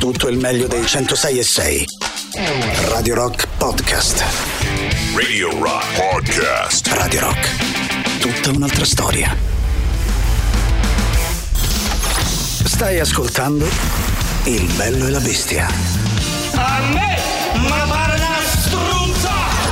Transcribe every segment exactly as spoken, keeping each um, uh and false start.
tutto il meglio dei centosei e sei. Radio Rock Podcast. Radio Rock Podcast. Radio Rock. Tutta un'altra storia. Stai ascoltando Il bello e la bestia. A me, ma pare una struzza!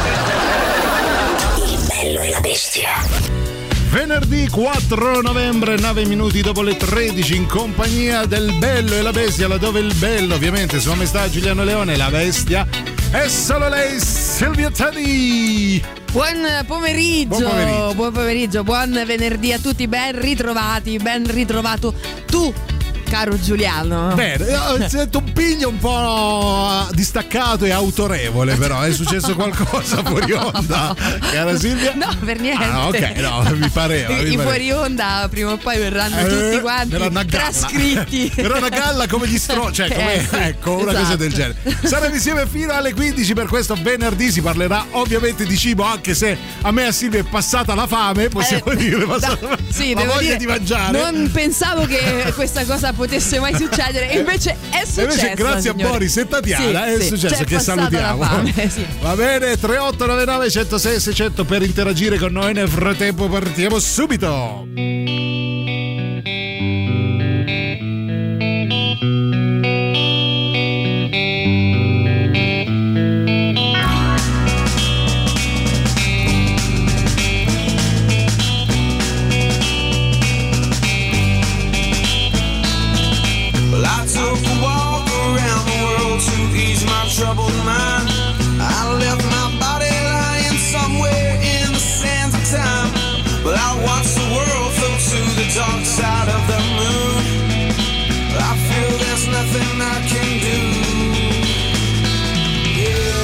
Il bello e la bestia. Venerdì quattro novembre, nove minuti dopo le tredici, in compagnia del bello e la bestia, laddove il bello, ovviamente, Sua Maestà Giuliano Leone, la bestia è solo lei, Silvia Teddy. Buon pomeriggio, buon pomeriggio, buon pomeriggio, buon venerdì a tutti, ben ritrovati, ben ritrovato tu, caro Giuliano. Bene, sento un piglio un po' distaccato e autorevole, però è successo qualcosa fuori onda, cara Silvia? No, per niente. Ah, ok, no, mi pareva. I mi pareva. fuori onda prima o poi verranno Eh, tutti quanti verranno a galla. trascritti. Verranno a galla come gli stro, cioè come, Eh, sì, ecco, una esatto. cosa del genere. Saremo insieme fino alle quindici per questo venerdì, si parlerà ovviamente di cibo, anche se a me e a Silvia è passata la fame, possiamo Eh, dire, è passata da- sì, la devo voglia dire, di mangiare. Non pensavo che questa cosa potesse mai succedere, invece è successo. E invece grazie a signori. Boris e Tatiana Sì, è sì, successo, c'è che passata salutiamo. la fame, sì. Va bene, tre otto nove nove uno zero sei sei zero zero per interagire con noi. Nel frattempo partiamo subito. Well, I took a walk around the world to ease my troubled mind. I left my body lying somewhere in the sands of time. But I watched the world float to the dark side of the moon. I feel there's nothing I can do. Yeah.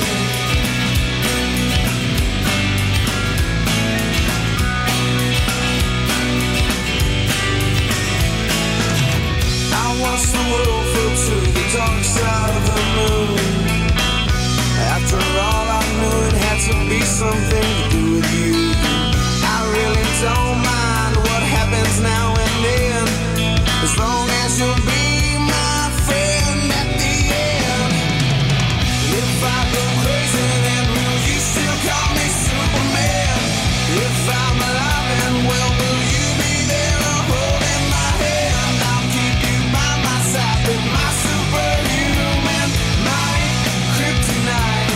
I watched the world float to the dark side of the moon. After all, I knew it had to be something to do with you. I really don't mind what happens now and then, as long as you'll be my friend at the end. If I go crazy, then will you still call me Superman? If I'm alive and well, will you be there holding my hand? I'll keep you by my side with my superhuman might, kryptonite.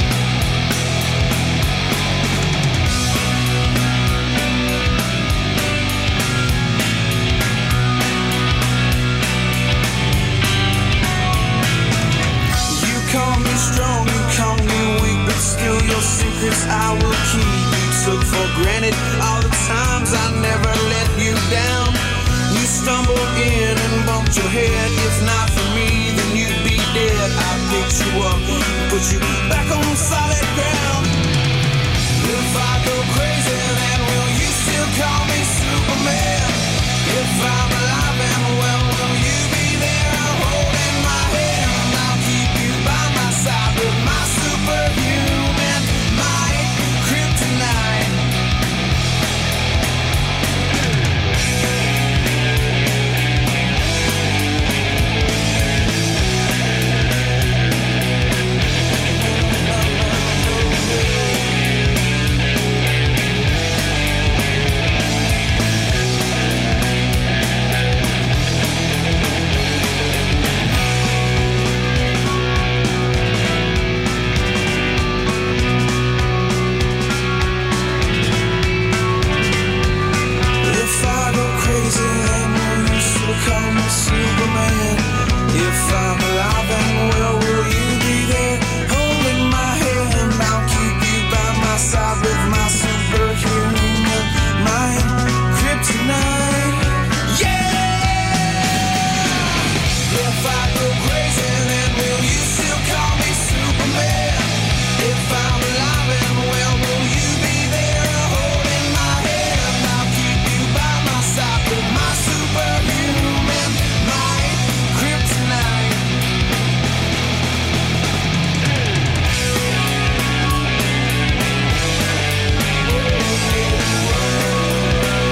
You call me strong, you call me weak, but still your secrets I will keep. You took for granted all the times I never let you down. You stumbled in and bumped your head. If not for me, then you'd be dead. I picked you up, put you back on solid ground. If I go crazy, then will you still call me Superman? If I'm alive and well, will you be there holding my hand? I'll keep you by my side with my superhuman might, kryptonite. If I go crazy, then will you still call me Superman? If I'm alive and well, will you be there holding my hand? I'll keep you by my side with my superhuman mind, kryptonite. Yeah! If I go crazy, then will you still call me Superman? If I'm alive and well, will you be there holding my hand? I'll keep you by my side with my superhuman might, kryptonite.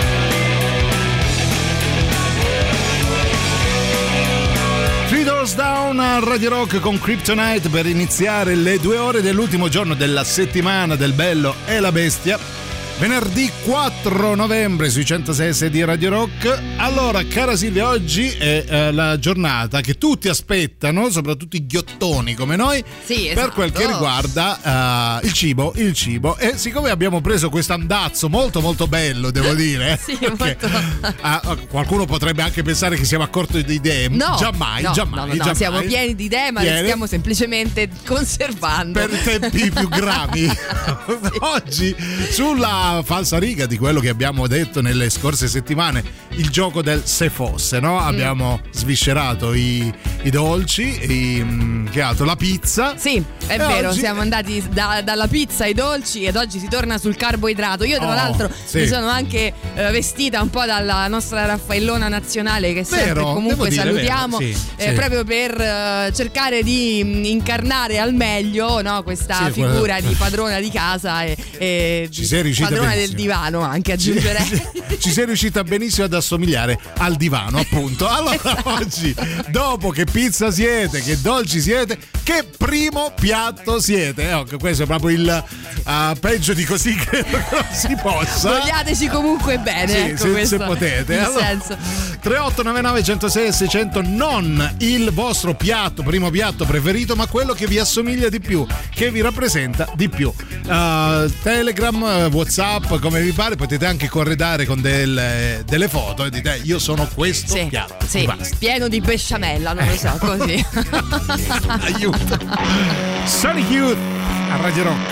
Fiddles Down Brown a Radio Rock con Kryptonite per iniziare le due ore dell'ultimo giorno della settimana del Bello e la Bestia. Venerdì quattro novembre sui centosei e sei di Radio Rock. Allora, cara Silvia, oggi è eh, la giornata che tutti aspettano, soprattutto i ghiottoni come noi, sì, per esatto. quel che riguarda uh, il cibo, il cibo. E siccome abbiamo preso questo andazzo molto molto bello, devo dire, sì, perché, molto... uh, qualcuno potrebbe anche pensare che siamo a corto di idee. No, giammai, no, giammai, no, no, no, giammai. siamo pieni di idee, ma Pieni. le stiamo semplicemente conservando Per tempi più gravi. Sì. Oggi sulla falsa riga di quello che abbiamo detto nelle scorse settimane, il gioco del se fosse, no? Mm. Abbiamo sviscerato i, i dolci, i, che altro? La pizza. Sì, è e vero, oggi... siamo andati da, dalla pizza ai dolci ed oggi si torna sul carboidrato. Io tra oh, l'altro sì. mi sono anche eh, vestita un po' dalla nostra Raffaellona nazionale, che sempre vero, comunque dire, salutiamo, sì, eh, sì. proprio per eh, cercare di mh, incarnare al meglio, no, questa sì, figura quella... di padrona di casa e, e Ci sei riuscita padrona benissimo. del divano, anche aggiungerei. Ci, ci sei riuscita benissimo ad assomigliare al divano, appunto. Allora esatto. Oggi, dopo che pizza siete, che dolci siete, che primo piatto siete? Eh, questo è proprio il uh, peggio di così che non si possa. Vogliateci comunque bene, sì, ecco se, questo, se potete. il allora, senso. tre otto nove nove uno zero sei sei zero zero, non il vostro piatto, primo piatto preferito, ma quello che vi assomiglia di più, che vi rappresenta di più. Uh, Telegram, WhatsApp, come vi pare, potete anche corredare con del, delle foto e dite io sono questo sì, piatto. sì, pieno di besciamella, non lo so, così. Aiuto. Sonic Youth a Radio Rock.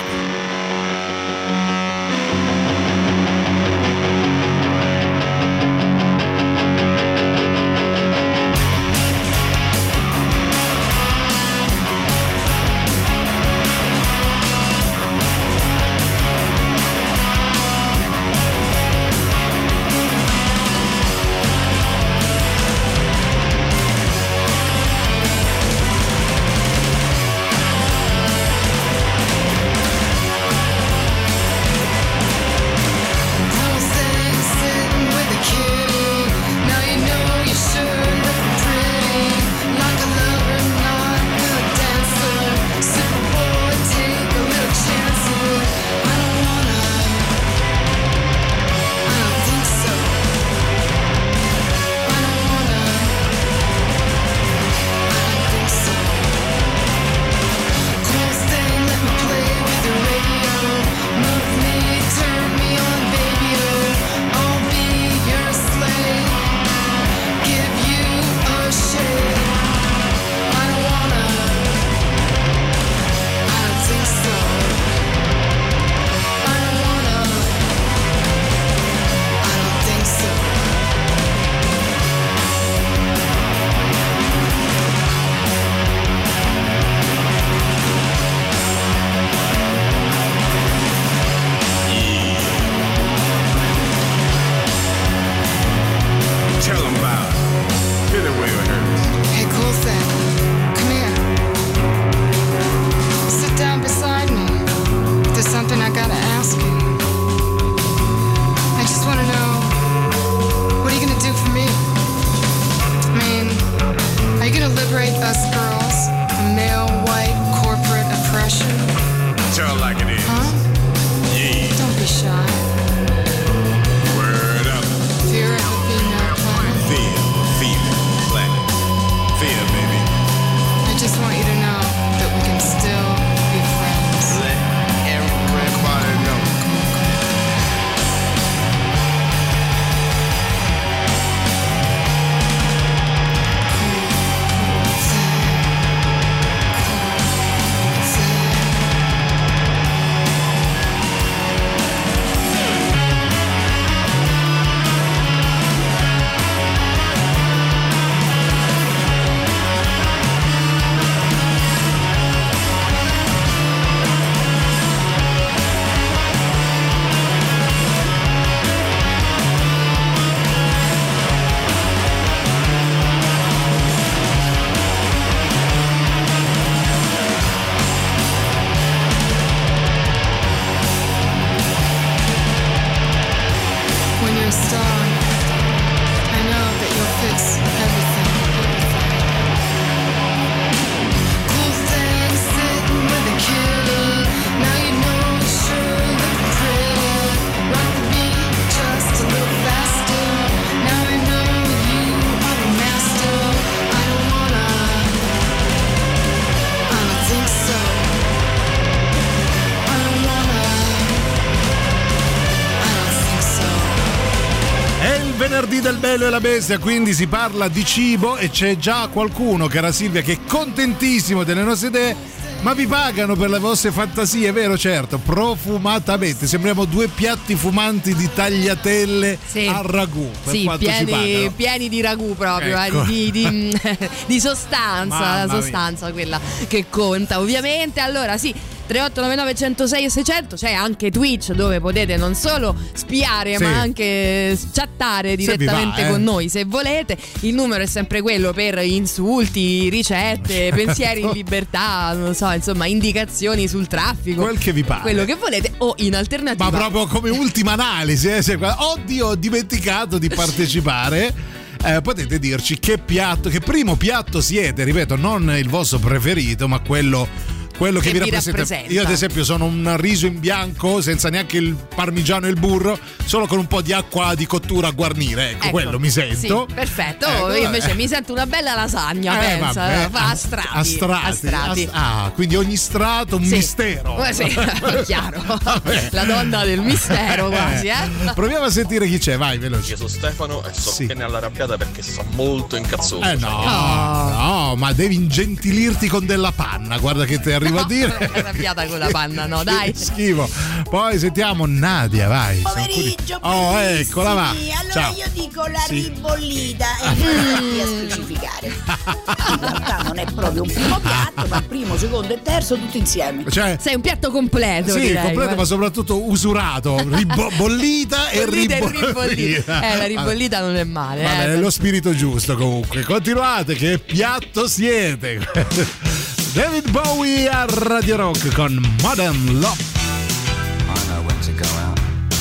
del Bello e la Bestia, quindi si parla di cibo e c'è già qualcuno, cara Silvia, che è contentissimo delle nostre idee. Ma vi pagano per le vostre fantasie, vero? Certo, profumatamente. Sembriamo due piatti fumanti di tagliatelle sì. al ragù. Per sì, pieni, pieni di ragù proprio, ecco. eh, di, di, di sostanza, la sostanza quella che conta ovviamente. Allora sì, tre otto nove nove uno zero sei e seicento, c'è anche Twitch dove potete non solo spiare sì. ma anche chattare direttamente va, eh. con noi se volete. Il numero è sempre quello per insulti, ricette, pensieri in libertà, non so, insomma indicazioni sul traffico, quel che vi pare, quello che volete, o in alternativa ma proprio come ultima analisi, eh, se, oddio ho dimenticato di partecipare. Eh, potete dirci che piatto, che primo piatto siete, ripeto, non il vostro preferito ma quello quello che, che vi rappresenta. rappresenta. Io ad esempio sono un riso in bianco senza neanche il parmigiano e il burro, solo con un po' di acqua di cottura a guarnire, ecco, ecco quello mi sento. Sì, perfetto. Ecco, io invece eh. mi sento una bella lasagna, eh, pensa, vabbè, fa a strati, a strati, a strati. A, ah, quindi ogni strato un sì. mistero. Eh, sì, chiaro. La donna del mistero quasi, eh. Proviamo a sentire chi c'è, vai veloce. Io sono Stefano e sono sì. pieni all'arrabbiata perché sono molto incazzoso. Eh no, no, no, ma devi ingentilirti con della panna, guarda che ti arrivo no, a dire. Arrabbiata con la panna, no, dai. Schifo. Poi sentiamo Nadia, vai. Pomeriggio, oh, eccola, va. Allora Ciao. io dico la sì. ribollita e non a specificare. In realtà non è proprio un primo piatto, ma primo, secondo e terzo tutti insieme. Cioè, sei un piatto completo. Sì, direi, completo, ma... ma soprattutto usurato. Ribollita e ribollita. ribollita. Eh, la ribollita non è male. Vabbè, eh, è lo spirito giusto comunque. Continuate, che piatto siete? David Bowie a Radio Rock con Modern Love. I know when to go out,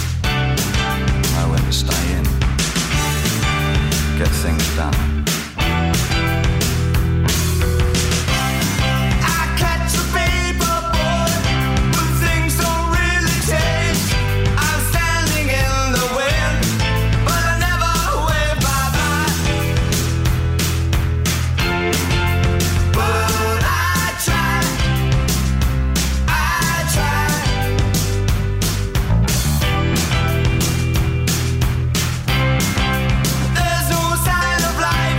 I know when to stay in, get things done. I catch a paper boy, but things don't really change. I'm standing in the wind, but I never wave bye-bye. But I try, I try. There's no sign of life.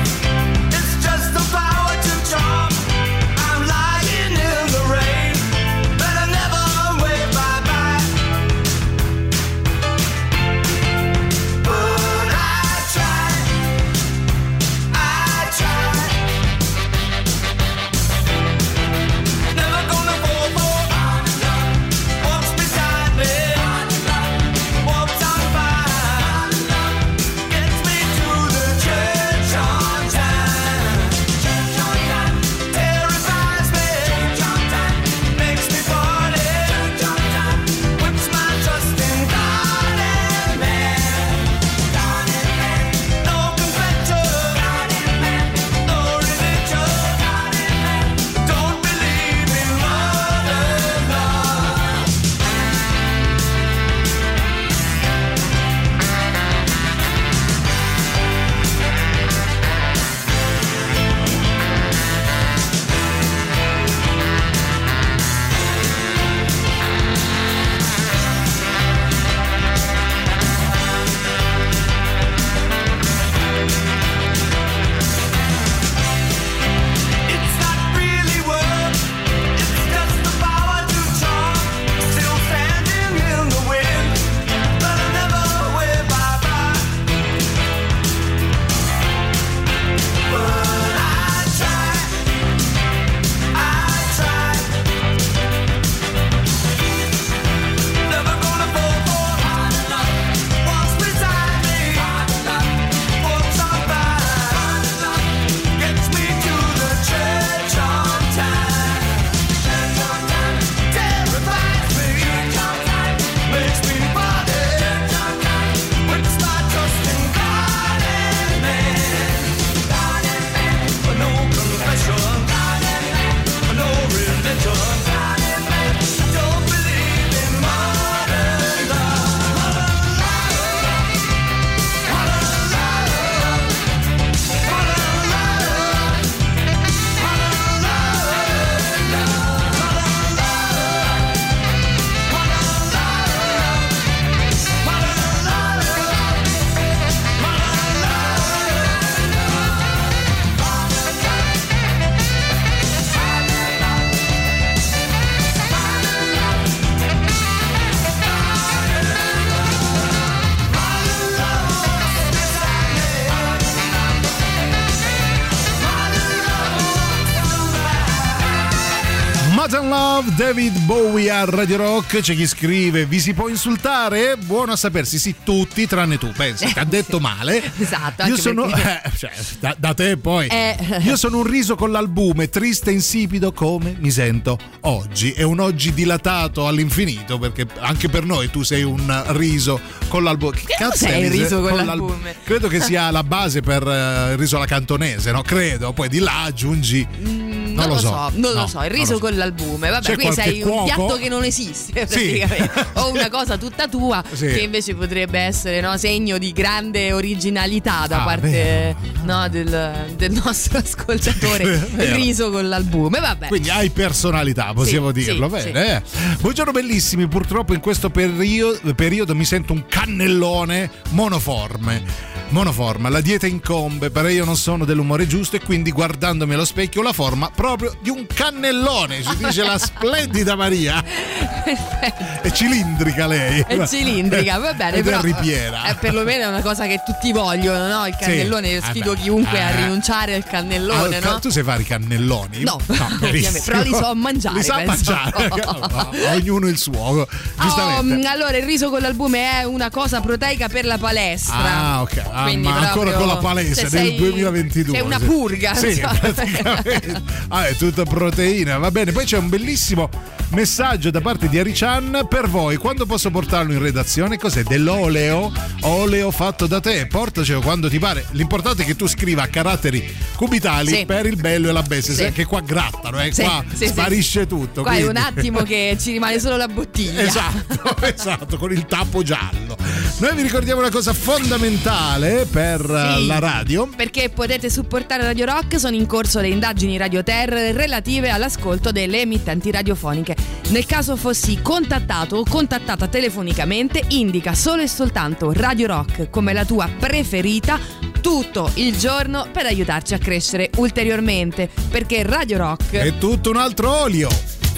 Hot and Love, David Bowie a Radio Rock. C'è chi scrive: vi si può insultare? Buono a sapersi, sì, tutti tranne tu. Pensa, ti ha detto male. Esatto. Io anche sono perché... eh, cioè, da, da te poi eh. Io sono un riso con l'albume, triste e insipido come mi sento oggi. È un oggi dilatato all'infinito, perché anche per noi tu sei un riso con l'albume. Che cazzo sei il riso con, con l'albume? l'albume? Credo che sia la base per uh, il riso alla cantonese, no? Credo. Poi di là aggiungi mm, non, non lo so, so. non no, lo so, il riso so. con l'albume. Vabbè, C'è qui sei cuoco? un piatto che non esiste, sì. praticamente. O una cosa tutta tua, sì. che invece potrebbe essere, no, segno di grande originalità da ah, parte no, del, del nostro ascoltatore. Il riso con l'albume. Vabbè. Quindi hai personalità, possiamo sì, dirlo. sì, Bene. sì. Eh. Buongiorno bellissimi, purtroppo in questo periodo, periodo mi sento un cannellone monoforme. Monoforma, la dieta incombe, però io non sono dell'umore giusto e quindi guardandomi allo specchio ho la forma proprio di un cannellone, ci dice la splendida Maria. È cilindrica lei. È cilindrica, va bene, Ed però è ripiena. È perlomeno è una cosa che tutti vogliono, no? Il cannellone, sì. sfido eh chiunque eh. a rinunciare al cannellone, ah, no? Tu sai fare i cannelloni? No, no ovviamente, però li so mangiare. Li sa penso. mangiare, ognuno il suo, giustamente. Oh, allora il riso con l'albume è una cosa proteica per la palestra. Ah, ok. Ah, Quindi ma proprio, ancora con la palestra sei, del duemilaventidue. Sei una purga. Sì, so. praticamente. Ah, è tutta proteina, va bene. Poi c'è un bellissimo messaggio da parte di Arichan per voi. Quando posso portarlo in redazione? Cos'è? Dell'oleo? Oleo fatto da te. Portacelo quando ti pare. L'importante è che tu scriva a caratteri cubitali sì. per il bello e la bestia, sì. che qua grattano, eh? Sì, qua sì, sparisce sì. tutto. Qua quindi. è un attimo che ci rimane solo la bottiglia. Esatto, esatto, con il tappo giallo. Noi vi ricordiamo una cosa fondamentale per sì, la radio, perché potete supportare Radio Rock. Sono in corso le indagini Radio Terra relative all'ascolto delle emittenti radiofoniche. Nel caso fossi contattato o contattata telefonicamente, indica solo e soltanto Radio Rock come la tua preferita tutto il giorno per aiutarci a crescere ulteriormente, perché Radio Rock è tutto un altro olio.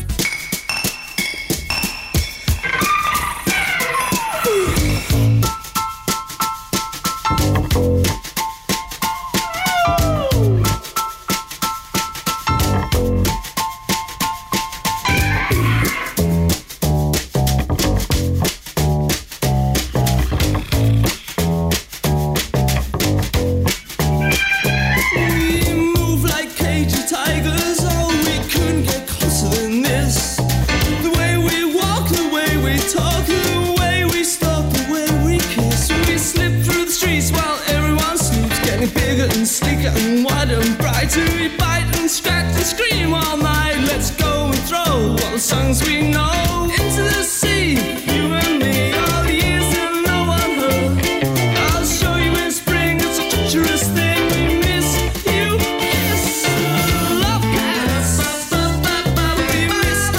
Songs we know into the sea, you and me, all the years and no one heard. I'll show you in spring, it's a treacherous thing. We miss you, yes, love cats. We miss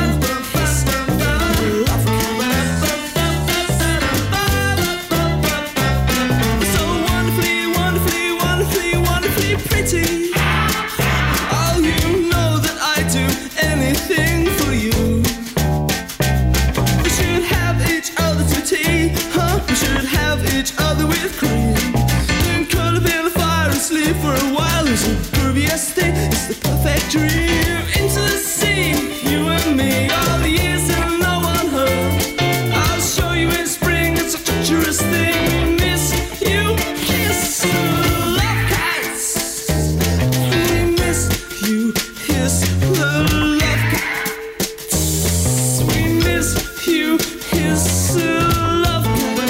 love cats. So wonderfully, wonderfully, wonderfully, wonderfully pretty. Oh, you know that I do anything for you. We should have each other to tea, huh? We should have each other with cream. Then curl up in the fire and sleep for a while. It's a pervious thing, it's the perfect dream. Into the sea, you and me, all the years and no one heard. I'll show you in spring, it's a treacherous thing. We miss you, kiss, love cats. We miss you, kiss, love cats. We miss you, kiss, love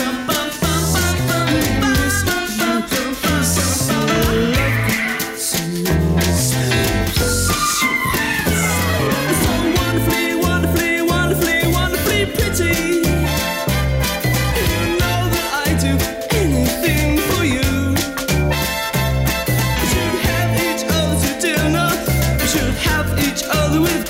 so wonderfully, wonderfully, wonderfully, wonderfully pretty. You know that I do anything for you. We should have each other to dinner. We should have each other with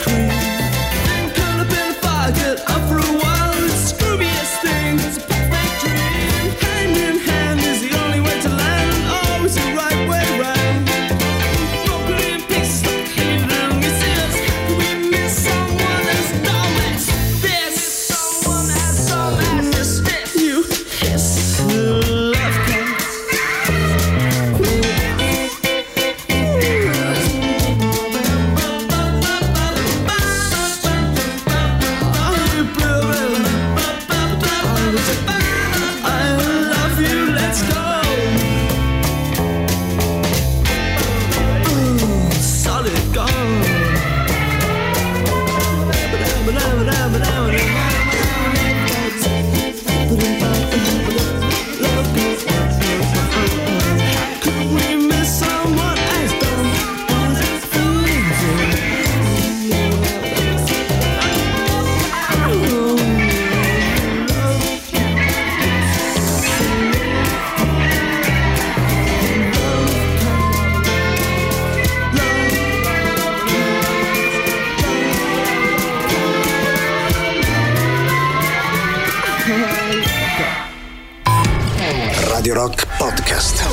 Radio Rock Podcast.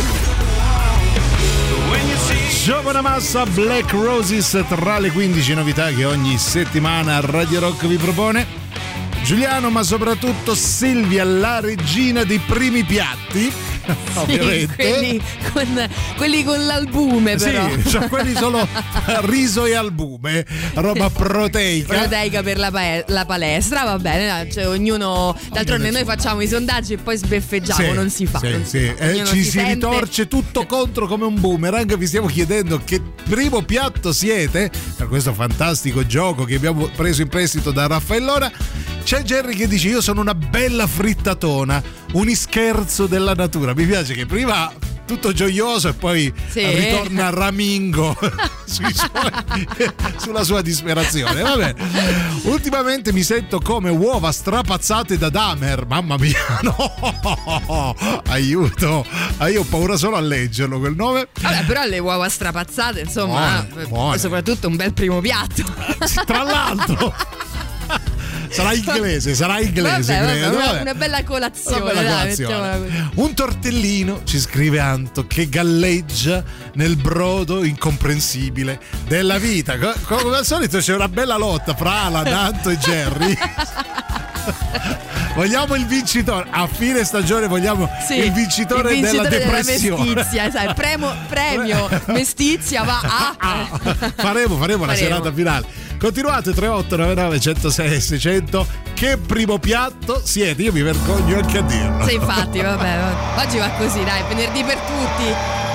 Giovane Massa, Black Roses, tra le quindici novità che ogni settimana Radio Rock vi propone. Giuliano, ma soprattutto Silvia, la regina dei primi piatti. Sì, ovviamente quelli con, quelli con l'albume, però. Sì, cioè quelli solo riso e albume, roba proteica. Proteica per la, pa- la palestra, va bene, cioè, ognuno. D'altronde noi facciamo i sondaggi e poi sbeffeggiamo, sì, non si fa. Sì, non sì. si fa. Eh, ci si, si ritorce tutto contro come un boomerang. Vi stiamo chiedendo che primo piatto siete per questo fantastico gioco che abbiamo preso in prestito da Raffaellora. C'è Jerry che dice: io sono una bella frittatona, un scherzo della natura. Mi piace che prima tutto gioioso e poi sì. ritorna ramingo sui suoi, sulla sua disperazione. Va bene. Ultimamente mi sento come uova strapazzate da Dahmer. Mamma mia, no, aiuto, ah, io ho paura solo a leggerlo quel nome. Vabbè, però le uova strapazzate, insomma, buone, buone. Soprattutto un bel primo piatto. Tra l'altro sarà inglese, sarà inglese, vabbè, credo. Vabbè, una, vabbè. una bella colazione, Una bella dai, colazione. mettiamola così. Un tortellino, ci scrive Anto, che galleggia nel brodo incomprensibile della vita. Co- Come al solito c'è una bella lotta fra Alan, Anto e Jerry. Vogliamo il vincitore a fine stagione, vogliamo sì, il vincitore, il vincitore della depressione, della mestizia, sai, premio, premio mestizia va a ah, faremo, faremo la faremo. serata finale. Continuate tre otto nove nove uno zero sei sei zero zero. Che primo piatto siete? Io mi vergogno anche a dirlo. Sì, infatti, vabbè, vabbè. Oggi va così, dai, venerdì per tutti.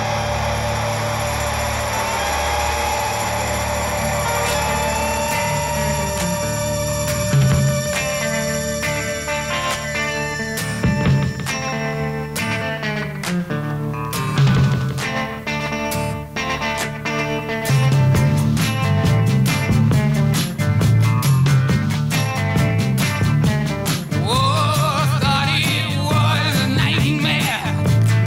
Oh, thought it was a nightmare.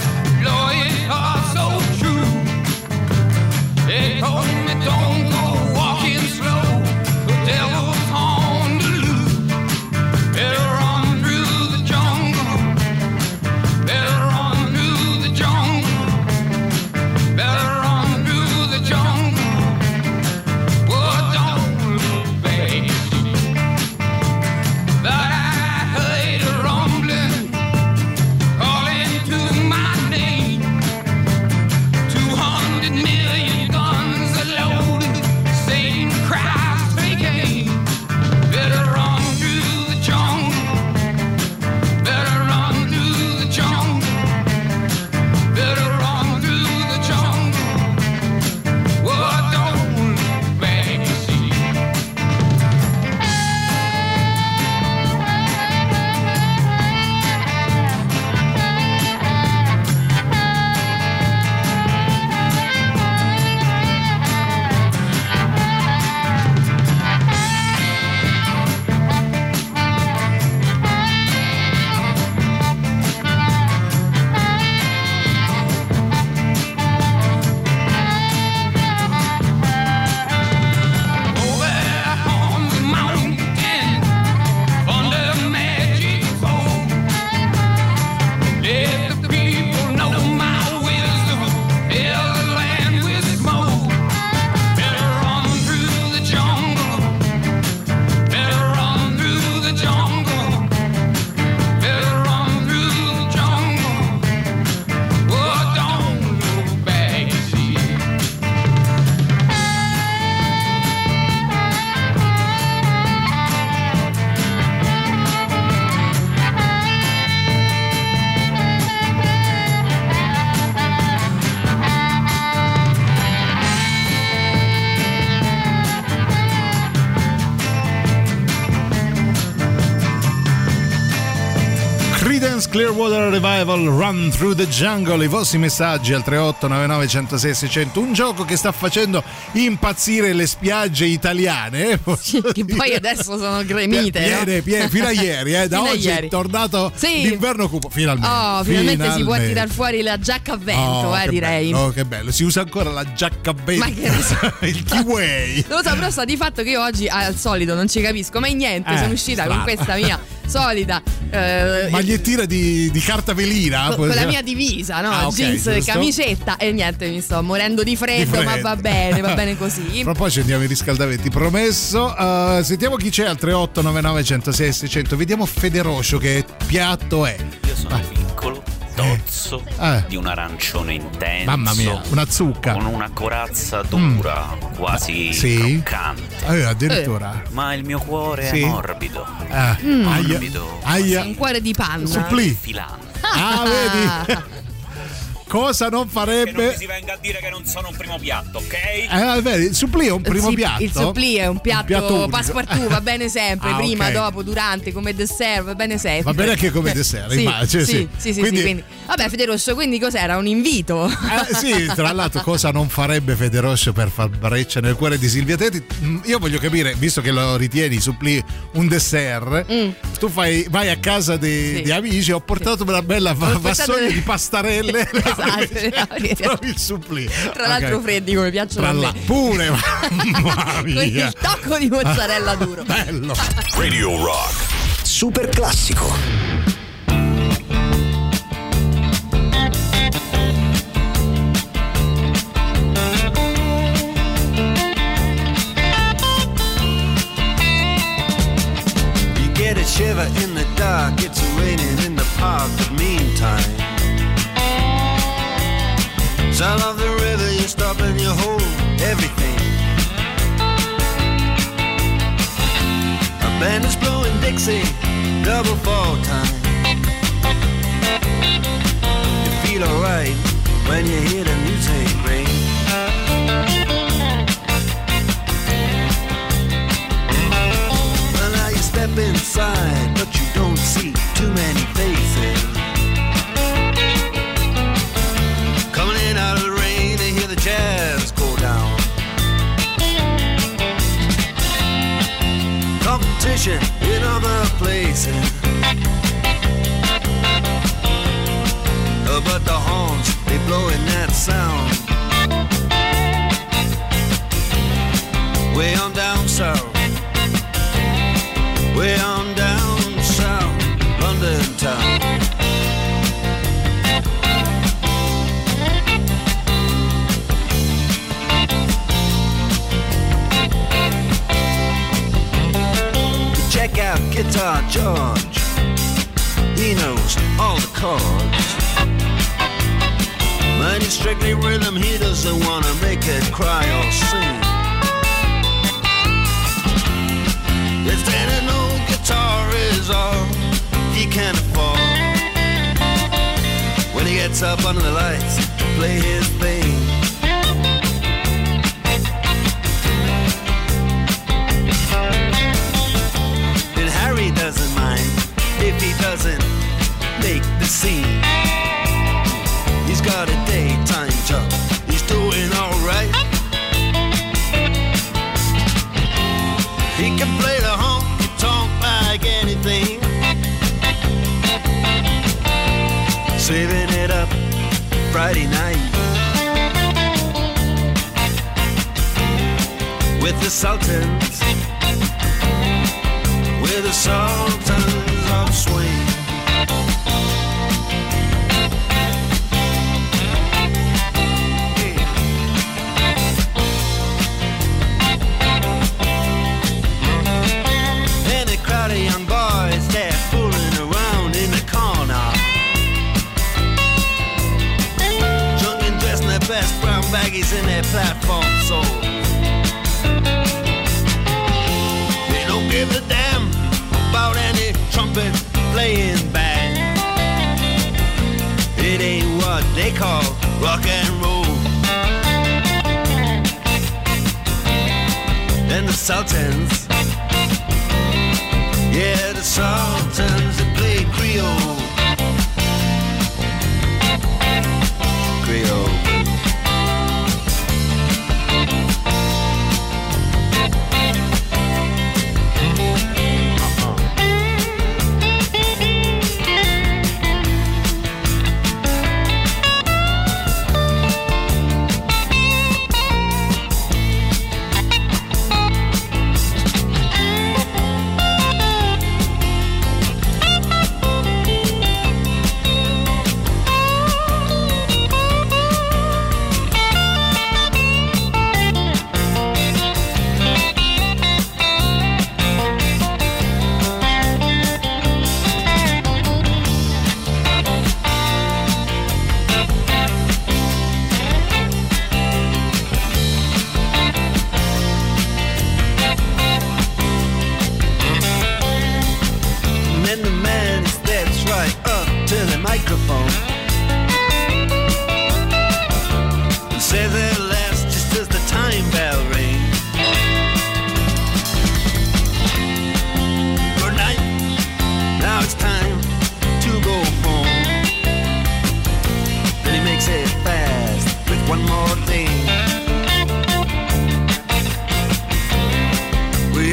Creedence Clearwater Revival, Run Through the Jungle. I vostri messaggi al tre otto nove nove uno zero sei sei zero zero. Un gioco che sta facendo impazzire le spiagge italiane, sì, che poi adesso sono gremite, piene, no? piene, fino a ieri, eh, da Fino a oggi ieri. è tornato sì. l'inverno cupo, finalmente. Oh, finalmente, finalmente si può tirare fuori la giacca a vento, oh, eh, che direi. Bello, oh, che bello, si usa ancora la giacca a vento. Ma che ne so. Il kiwi. Lo so, però sta di fatto che io oggi al solito non ci capisco mai niente, Eh, sono uscita strano. con questa mia solita eh, magliettina di, di carta velina con, con la mia divisa, no? Ah, okay, jeans, giusto. Camicetta e niente, mi sto morendo di freddo, Di freddo. ma va bene, va bene così. Però poi ci andiamo ai riscaldamenti, promesso. Uh, sentiamo chi c'è al tre otto nove nove uno zero sei sei zero zero. Vediamo Federoscio che piatto è. Io sono Ah. piccolo, tozzo, Eh. di un arancione intenso. Mamma mia, una zucca. Con una corazza dura, quasi Sì? croccante. Eh, addirittura. Ma il mio cuore Sì. è morbido. Ah, Mm. aia, Morbido. aia. Un cuore di panna. Supplì. Filante. Ah, vedi? Cosa non Che non farebbe? mi si venga a dire che non sono un primo piatto, ok? Eh, vedi, il supplì è un primo il, piatto. Il supplì è un piatto, unico. passepartout, va bene sempre, Ah, prima, ok. dopo, durante, come dessert, va bene sempre. Va bene anche come dessert, sì, immagino, sì, sì. sì, sì, Quindi- sì, quindi- Vabbè, Federosso, quindi cos'era? Un invito? Eh, sì, tra l'altro cosa non farebbe Federoscio per far breccia nel cuore di Silvia Teti? Mm, Io voglio capire, visto che lo ritieni supplì un dessert, Mm. tu fai, vai a casa di, Sì. di amici, ho portato una bella va- Ho portato vassoia delle- di pastarelle. Esatto, Trovi il supplì. tra l'altro Ok. freddi come piacciono Tra a me. là, pure, mamma Con mia. il tocco di mozzarella duro. Bello. Radio Rock. Super classico. You get a shiver in the dark, it's raining in the park, but meantime, sound of the river, you stop and you hold everything. A band is blowing Dixie, double fall time. You feel alright when you hear the music ring. Well, now you step inside, but you don't see too many faces. Coming in out of the rain, they hear the jazz go down. Competition in other places. Oh, but the horns, they blowing that sound. Way on down south. Way on down south, London town. Check out Guitar George. He knows all the chords. But it's strictly rhythm, he doesn't wanna make it cry or sing. His standard old guitar is all he can afford. When he gets up under the lights to play his thing. And Harry doesn't mind if he doesn't make the scene. He's got a daytime job, he's doing alright. He can play the honky tonk like anything. Saving it up Friday night with the Sultans, with the Sultans of Swing. And a crowd of young boys, they're fooling around in the corner. Drunk and dressed in their best brown baggies in their platform soles. They don't give a damn about any trumpet playing band. It ain't what they call rock and roll. And the Sultans, yeah, the Sultans that play Creole. Creole.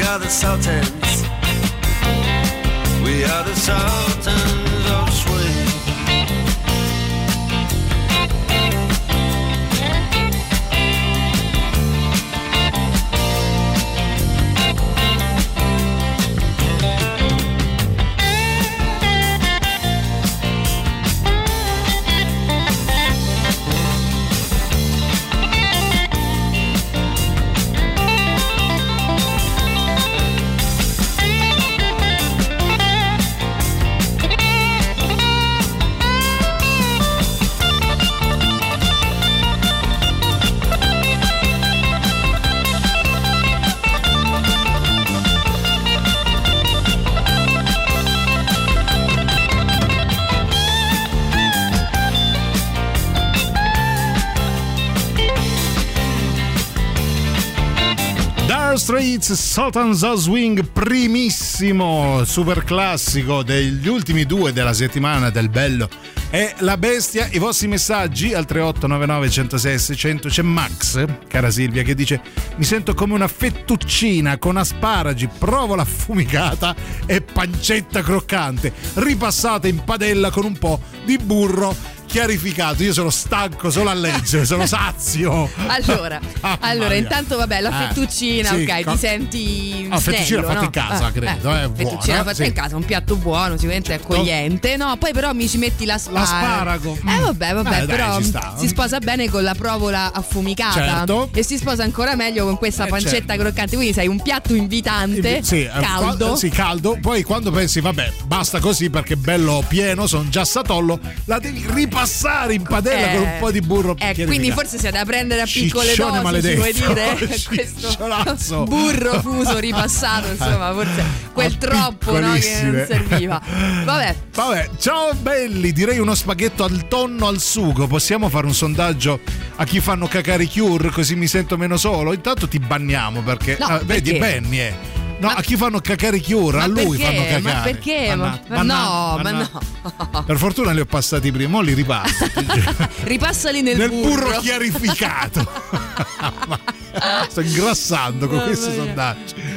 are the Sultans. We are the Sultans of Swing. Streets, Sultans of Swing, primissimo super classico degli ultimi due della settimana del Bello e la Bestia. I vostri messaggi al tre otto nove nove uno zero sei sei zero zero. C'è Max, cara Silvia, che dice: mi sento come una fettuccina con asparagi, provola affumicata e pancetta croccante ripassata in padella con un po' di burro chiarificato. Io sono stanco solo a leggere, sono sazio. Allora, ah, allora intanto vabbè, la fettuccina, eh, sì, ok, co- ti senti ah, snello, fettuccina fatta no? in casa, ah, credo, eh, è fettuccina buona, fatta sì. in casa, un piatto buono, sicuramente accogliente. No, poi però mi ci metti l'asparago. L'asparago. Eh vabbè, vabbè, eh, dai, però ci sta. si sposa bene con la provola affumicata. Certo. E si sposa ancora meglio con questa Eh, pancetta certo. croccante. Quindi sei un piatto invitante, Sì, eh, caldo. qua- sì, caldo. Poi quando pensi, vabbè, basta così perché è bello pieno, sono già satollo, la devi ripassare in padella Eh, con un po' di burro. Eh, chiarificato. quindi forse c'è da prendere a piccole Ciccione dosi, maledetto. ci vuoi dire? Questo Ciccionazzo. burro fuso ripassato, insomma, forse quel A troppo, no, che non piccolissime. serviva. Vabbè. Vabbè, ciao belli, direi uno spaghetto al tonno al sugo. Possiamo fare un sondaggio a chi fanno cacare Cure, così mi sento meno solo. Intanto ti banniamo perché, No, ah, vedi, perché? Benny è. No, Ma- a chi fanno cacare Cure? Ma A lui perché? fanno cacare. Ma perché? Ma, Manna- ma no, manna- ma manna- no. Per fortuna li ho passati prima, mo li ripasso. Ripassali nel, Nel burro. burro chiarificato. Sto ingrassando con Mamma questi mia. sondaggi.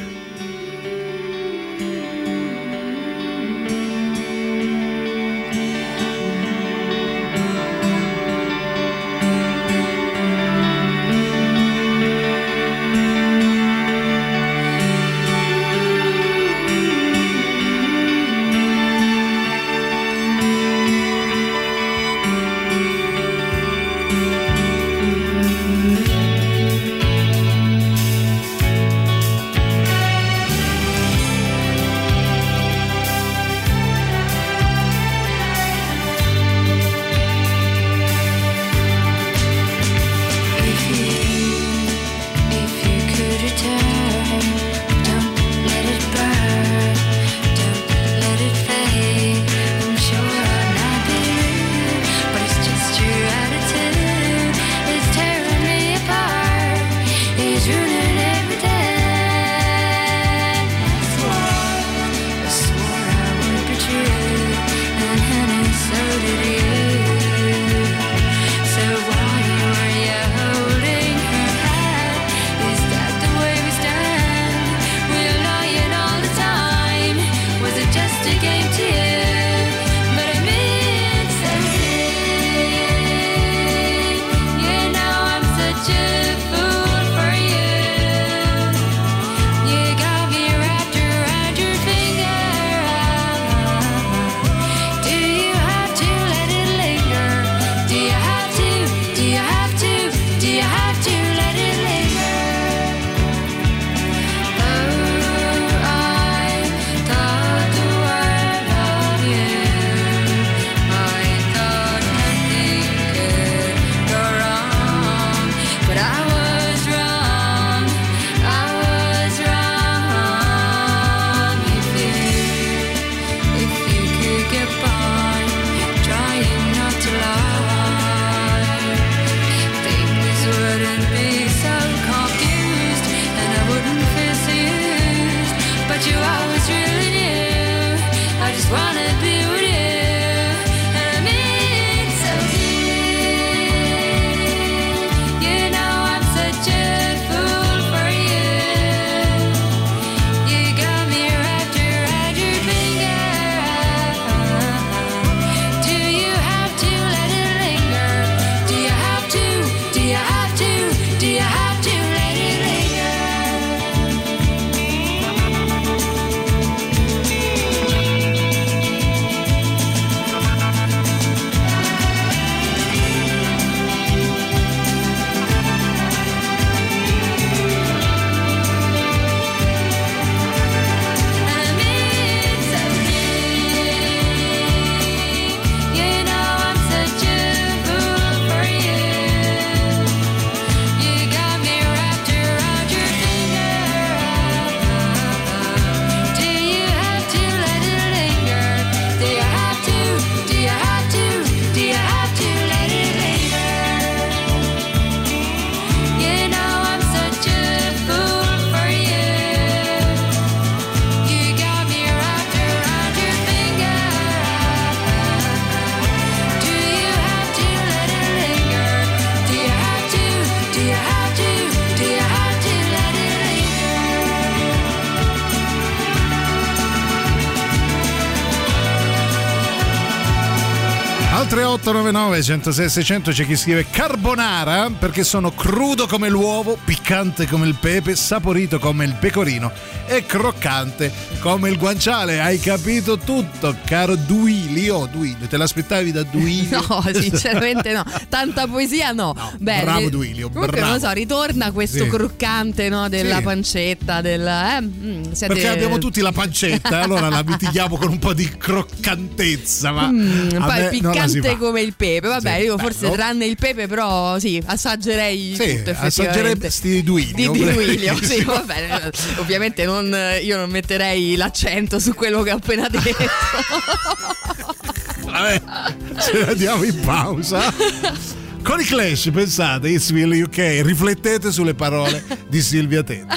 tre otto nove nove, uno zero sei, sei zero zero c'è chi scrive carbonara perché sono crudo come l'uovo, piccante come il pepe, saporito come il pecorino e croccante come il guanciale. Hai capito tutto, caro Duilio. Duilio, te l'aspettavi da Duilio? No, sinceramente no. Tanta poesia no. no Beh, bravo Duilio, comunque bravo. non lo so, ritorna questo sì. croccante, no, della sì. pancetta, del eh, mm, siete... Perché abbiamo tutti la pancetta, allora la mitighiamo con un po' di croccantezza, ma mm, a poi me piccante come il pepe. Vabbè, sì, io bello. forse tranne il pepe, però sì, assaggerei sì, tutto assaggerei effettivamente. sti Duilio. Di, di Duilio, sì, va bene. Ovviamente non, io non metterei l'accento su quello che ho appena detto. Vabbè, ce la diamo in pausa. Con i Clash, pensate, Eastville U K, riflettete sulle parole di Silvia Teti.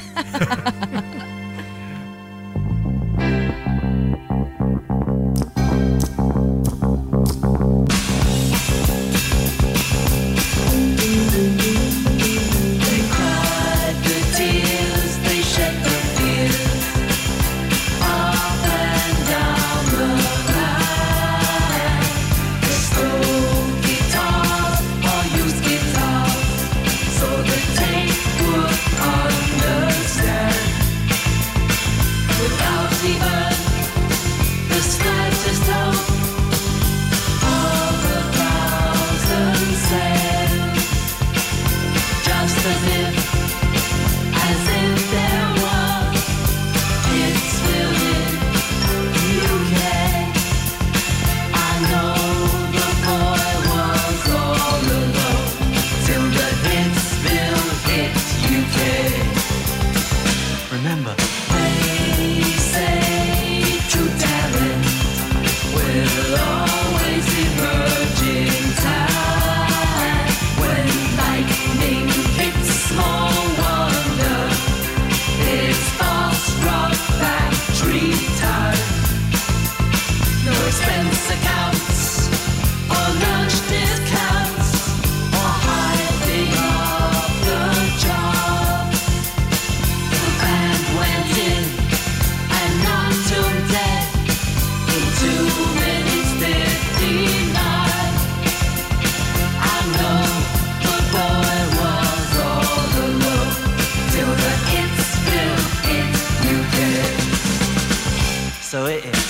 So it is.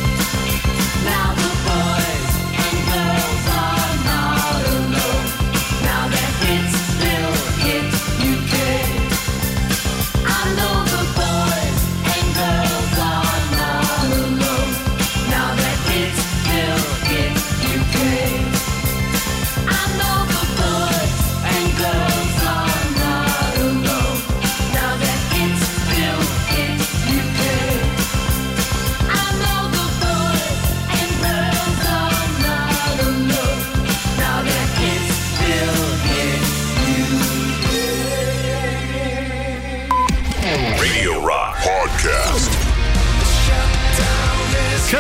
Now the boys and girls are not alone.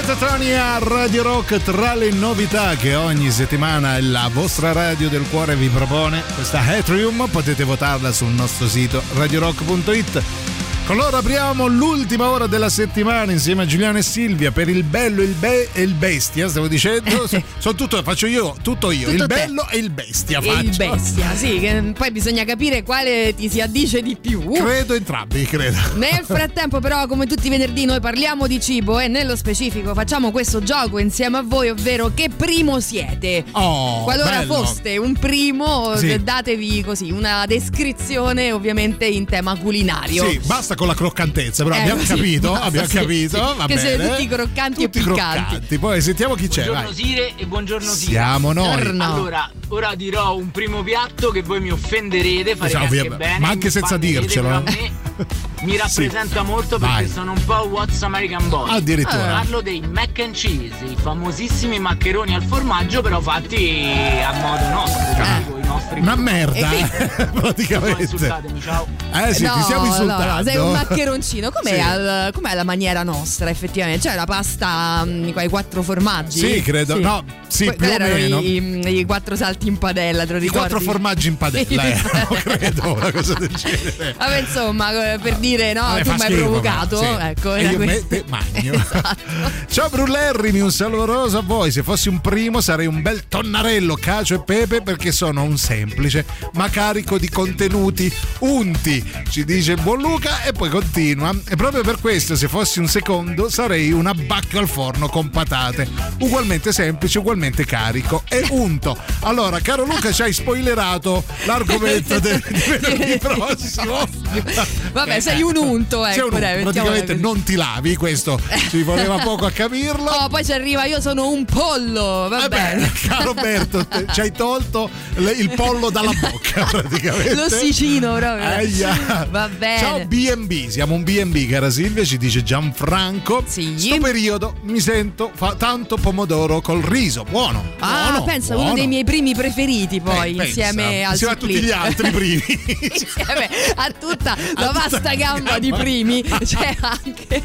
Tony a Radio Rock, tra le novità che ogni settimana la vostra radio del cuore vi propone, questa Atrium, potete votarla sul nostro sito radio rock punto it. Con loro apriamo l'ultima ora della settimana insieme a Giuliano e Silvia per il bello, il be e il bestia, stavo dicendo. Sono tutto, faccio io, tutto io, tutto il te. Bello e il bestia faccio. E il bestia, sì, che poi bisogna capire quale ti si addice di più. Credo entrambi, credo. Nel frattempo però, come tutti i venerdì, noi parliamo di cibo e nello specifico facciamo questo gioco insieme a voi, ovvero che primo siete. Oh, qualora bello. foste un primo, sì. datevi così una descrizione ovviamente in tema culinario. Sì, basta con la croccantezza, però eh, abbiamo sì, capito, basta, abbiamo sì, capito, sì, va che bene. siete tutti croccanti tutti e piccanti. Croccanti. Poi sentiamo chi c'è. Buongiorno vai. Sire e buongiorno Sire. Siamo noi. Buongiorno. Allora, ora dirò un primo piatto che voi mi offenderete, farete Cioè, anche ovvia- bene, ma anche mi senza spannerete, dircelo, però eh. a me mi rappresenta Sì. molto perché Vai. sono un po' What's American Boy. Addirittura. Parlo dei mac and cheese, i famosissimi maccheroni al formaggio, però fatti a modo nostro, Ah. tipo i nostri. Una merda, E eh, praticamente. Insultatemi, ciao. Eh sì, no, ti stiamo insultando. no, sei un maccheroncino. Com'è, Sì. al- com'è la maniera nostra, effettivamente? Cioè la pasta, mh, quei quattro formaggi? Sì, credo. No, sì, Que- più o erano meno. I, i quattro salti in padella, te lo I ricordi? quattro formaggi in padella, Sì. erano, credo, una cosa del genere. Vabbè, insomma, eh, per dire, no, Vabbè, tu fa mi hai schifo, provocato. ma- sì. Ecco, E era io me questo. te magno. Esatto. Ciao Brullerrimi, un saloroso a voi. Se fossi un primo sarei un bel tonnarello, cacio e pepe, perché sono un semplice ma carico di contenuti unti, ci dice il buon Luca e poi continua. E proprio per questo, se fossi un secondo, sarei una bacca al forno con patate, ugualmente semplice, ugualmente carico e unto. Allora, caro Luca, ci hai spoilerato l'argomento del di venerdì prossimo. Vabbè, sei un unto, Sei ecco, un unto, dai, mettiamola praticamente così. non ti lavi, questo ci voleva poco a capirlo. Oh, poi ci arriva, io sono un pollo, va Eh beh, bene. caro Berto, te- ci hai tolto le- il pollo dalla bocca praticamente. L'ossicino proprio. Aia. Va bene. Ciao B and B, siamo un B and B, cara Silvia, ci dice Gianfranco. Sì. Sto periodo mi sento fa tanto pomodoro col riso, buono. Ah, buono, pensa, buono. uno dei miei primi preferiti poi, Eh, pensa, insieme al insieme a tutti gli altri primi. insieme a tutta la A vasta tutta- gamba di primi, c'è anche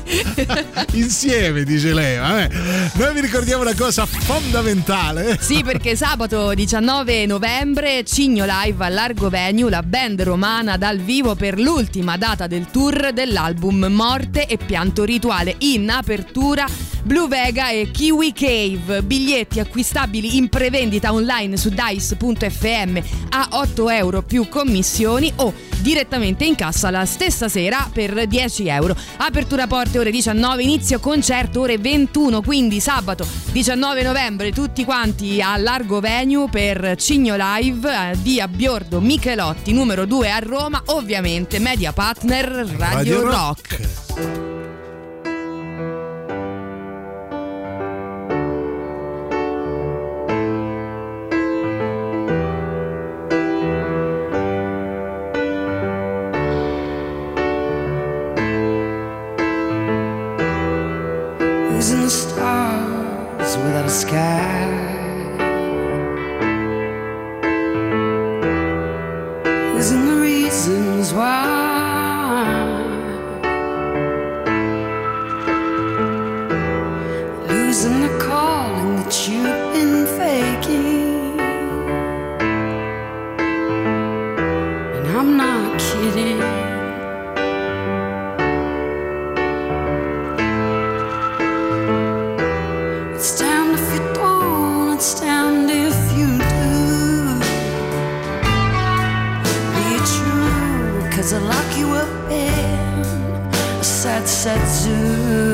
Insieme, dice lei. Vabbè. Noi vi ricordiamo una cosa fondamentale. Sì, perché sabato diciannove novembre Cigno Live al Largo Venue, la band romana dal vivo per l'ultima data del tour dell'album Morte e Pianto Rituale. In apertura Blue Vega e Kiwi Cave, biglietti acquistabili in prevendita online su dice punto effe emme a otto euro più commissioni o direttamente in cassa la stessa sera per dieci euro. Apertura porte ore diciannove, inizio concerto ore ventuno, quindi sabato diciannove novembre tutti quanti a Largo Venue per Cigno Live, eh, via Biordo Michelotti numero due a Roma, ovviamente media partner Radio, Radio Rock. Rock. Who's in the stars without a sky? Who's in the reasons why? Losing the calling that you've been faking. And I'm not kidding. It's damned if you don't, it's damned if you do. Be true, cause I lock you up in a sad, sad zoo.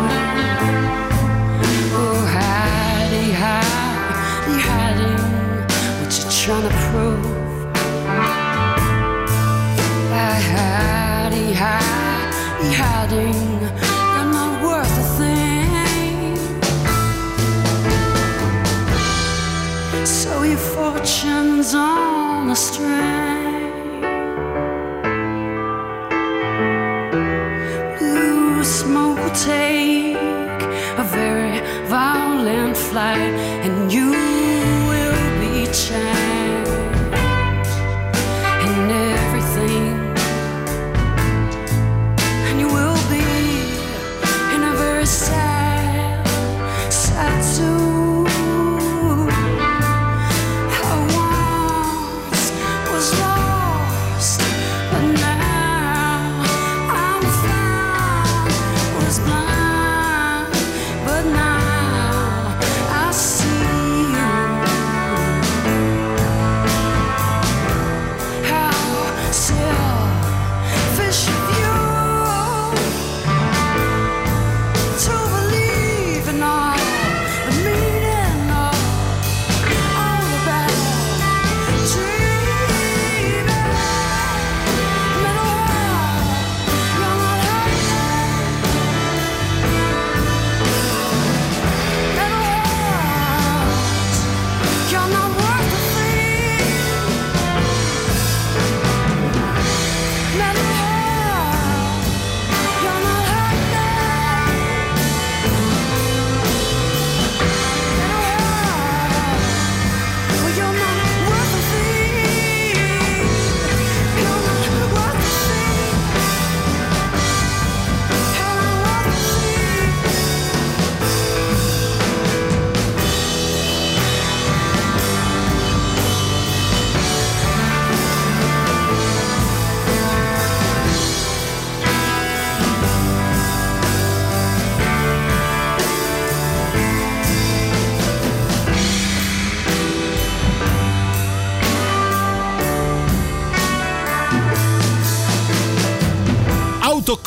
Oh, hidey, hidey, hiding what you trying to prove. Hidey, hidey, hiding, you're not worth a thing. So your fortune's on a string. Blue smoke will take a very violent flight, and you will be changed in everything. And you will be in a very sad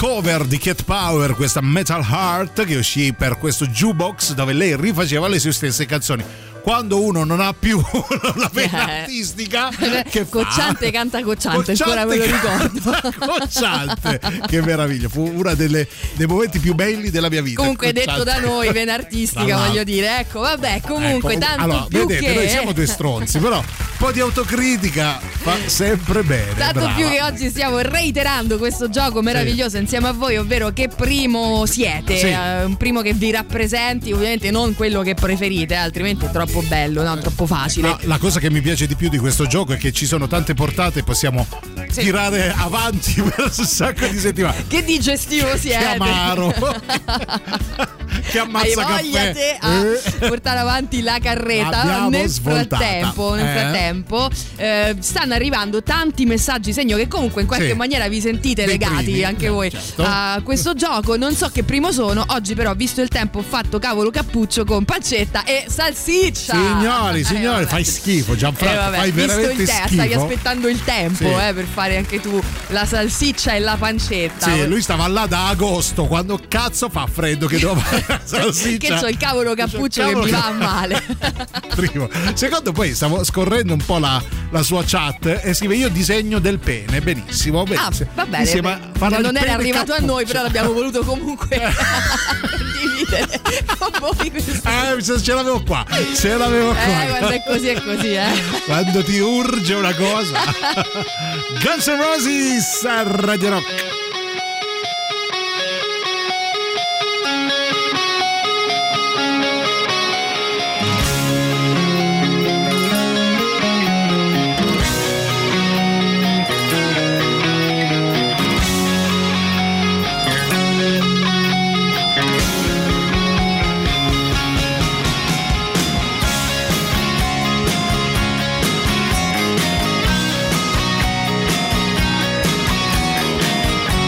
cover di Cat Power, questa Metal Heart, che uscì per questo jukebox dove lei rifaceva le sue stesse canzoni. Quando uno non ha più la vena Eh. artistica, che fa? Cocciante canta Cocciante, ancora me lo ricordo. Cocciante, che meraviglia, fu uno dei momenti più belli della mia vita. Comunque Cocciante. detto da noi, vena artistica, Tra voglio dire, ecco, vabbè, comunque Ecco, tanto allora, più vedete, che noi siamo due stronzi, però un po' di autocritica fa sempre bene. tanto brava. più che oggi stiamo reiterando questo gioco meraviglioso insieme a voi, ovvero che primo siete, Sì. eh, un primo che vi rappresenti, ovviamente non quello che preferite, eh, altrimenti è troppo bello, no? Troppo facile. No, la cosa che mi piace di più di questo gioco è che ci sono tante portate e possiamo Sì. tirare avanti per un sacco di settimane. Che digestivo siete. Che amaro. Che ammazza Hai voglia caffè. te a Eh. portare avanti la carretta. L'abbiamo nel svoltata. frattempo, nel Eh. frattempo eh, stanno arrivando tanti messaggi, segno che comunque in qualche Sì. maniera vi sentite Dei legati primi, anche eh, voi certo. a questo gioco. Non so che primo sono, oggi però visto il tempo ho fatto cavolo cappuccio con pancetta e salsiccia. Signori, Eh, signori, vabbè. fai schifo, Eh, Gianfranco, vabbè, fai visto veramente il te- schifo. stavi aspettando il tempo Sì. eh, per fare anche tu la salsiccia e la pancetta. Sì, lui stava là da agosto, quando cazzo fa freddo che devo fare la salsiccia. Che c'ho il cavolo cappuccio C'ho il che mi cavolo va male. Primo. Secondo, poi stavo scorrendo un po' la, la sua chat e scrive: io disegno del pene. Benissimo, Ah, benissimo. va bene. Insieme a- farà il non era pene arrivato a cappuccio. noi, però l'abbiamo voluto comunque condividere con voi questo. Eh, ce ce l'avevo qua, ce l'avevo qua. Eh, quando è così è così, eh. Quando ti urge una cosa. Guns N' Roses a Radio Rock. I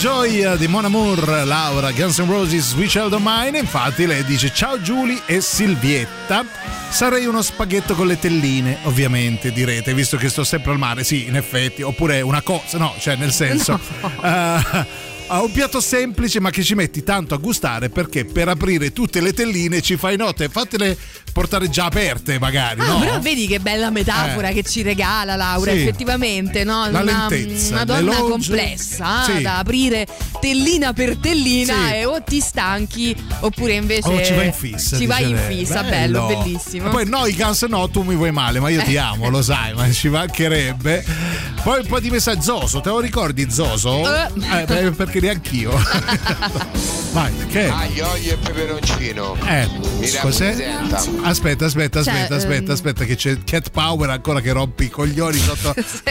Joy di Mon Amour, Laura, Guns N' Roses, Sweet Child of Mine. Infatti lei dice: ciao Giulia e Silvietta, sarei uno spaghetto con le telline, ovviamente direte, visto che sto sempre al mare. Sì, in effetti, oppure una cosa, no, cioè nel senso no. uh, Ha un piatto semplice ma che ci metti tanto a gustare, perché per aprire tutte le telline ci fai notte, fatele portare già aperte magari, ah, no? Però vedi che bella metafora eh. che ci regala Laura, sì. Effettivamente, no? La una, lentezza, una donna l'elogio. complessa Sì. da aprire tellina per tellina, Sì. e o ti stanchi oppure invece oh, ci vai in fissa, ci vai in lei. fissa, bello. bello, bellissimo. E poi no, i Guns no, tu mi vuoi male, ma io ti amo, lo sai, ma ci mancherebbe. Poi un po' di messaggio. Zoso, te lo ricordi Zoso? Eh. Eh, beh, perché neanch'io. Vai, che? Aglio, olio e peperoncino. Eh, mi cos'è? rappresenta. Aspetta, aspetta, Cioè, aspetta, aspetta, ehm... aspetta, che c'è Cat Power ancora che rompi i coglioni sotto.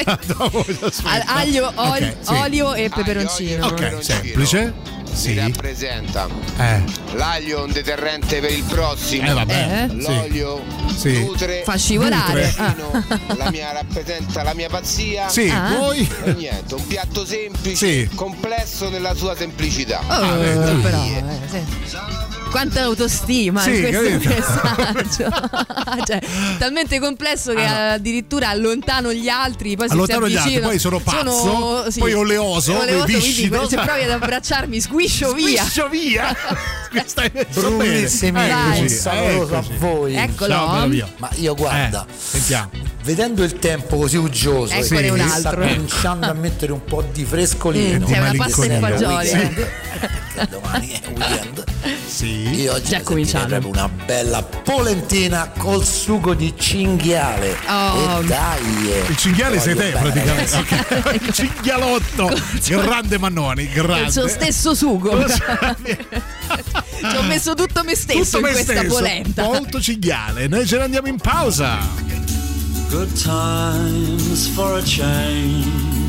Al- aglio, ol- okay, sì. olio e peperoncino. Ok, semplice. Sì. Mi rappresenta. Eh. L'aglio è un deterrente per il prossimo. Eh, vabbè. Eh? L'olio sì. nutre. Fa scivolare. Ah. La mia rappresenta la mia pazzia. Sì, ah. poi. E niente, un piatto semplice, sì. complesso nella sua semplicità. Oh, ah, beh, però, eh, sì. Quanta autostima sì, in questo capito? messaggio. Cioè, talmente complesso che ah, no. addirittura allontano gli altri, poi allontano si gli altri, poi sono pazzo, sono, sì, poi oleoso, oleoso viscido. Quindi, se provi ad abbracciarmi sguiscio via. Sguiscio via. Stai Brullissimi, un saluto a voi. Eccolo. Ciao, mio. Ma io guarda, eh, sentiamo. Vedendo il tempo così uggioso, eccone e un che altro. sta cominciando a mettere un po' di frescolino, mm, c'è una pasta e fagioli, eh. Perché domani è weekend. Sì. Io oggi comincerei una bella polentina col sugo di cinghiale. Oh. E dai, il cinghiale sei te praticamente. Okay. Il cinghialotto, grande Mannoni, grande. Il suo stesso sugo. Ci ho messo tutto me stesso tutto in me questa stesso. polenta. Molto cinghiale. Noi ce ne andiamo in pausa. Good times for a change.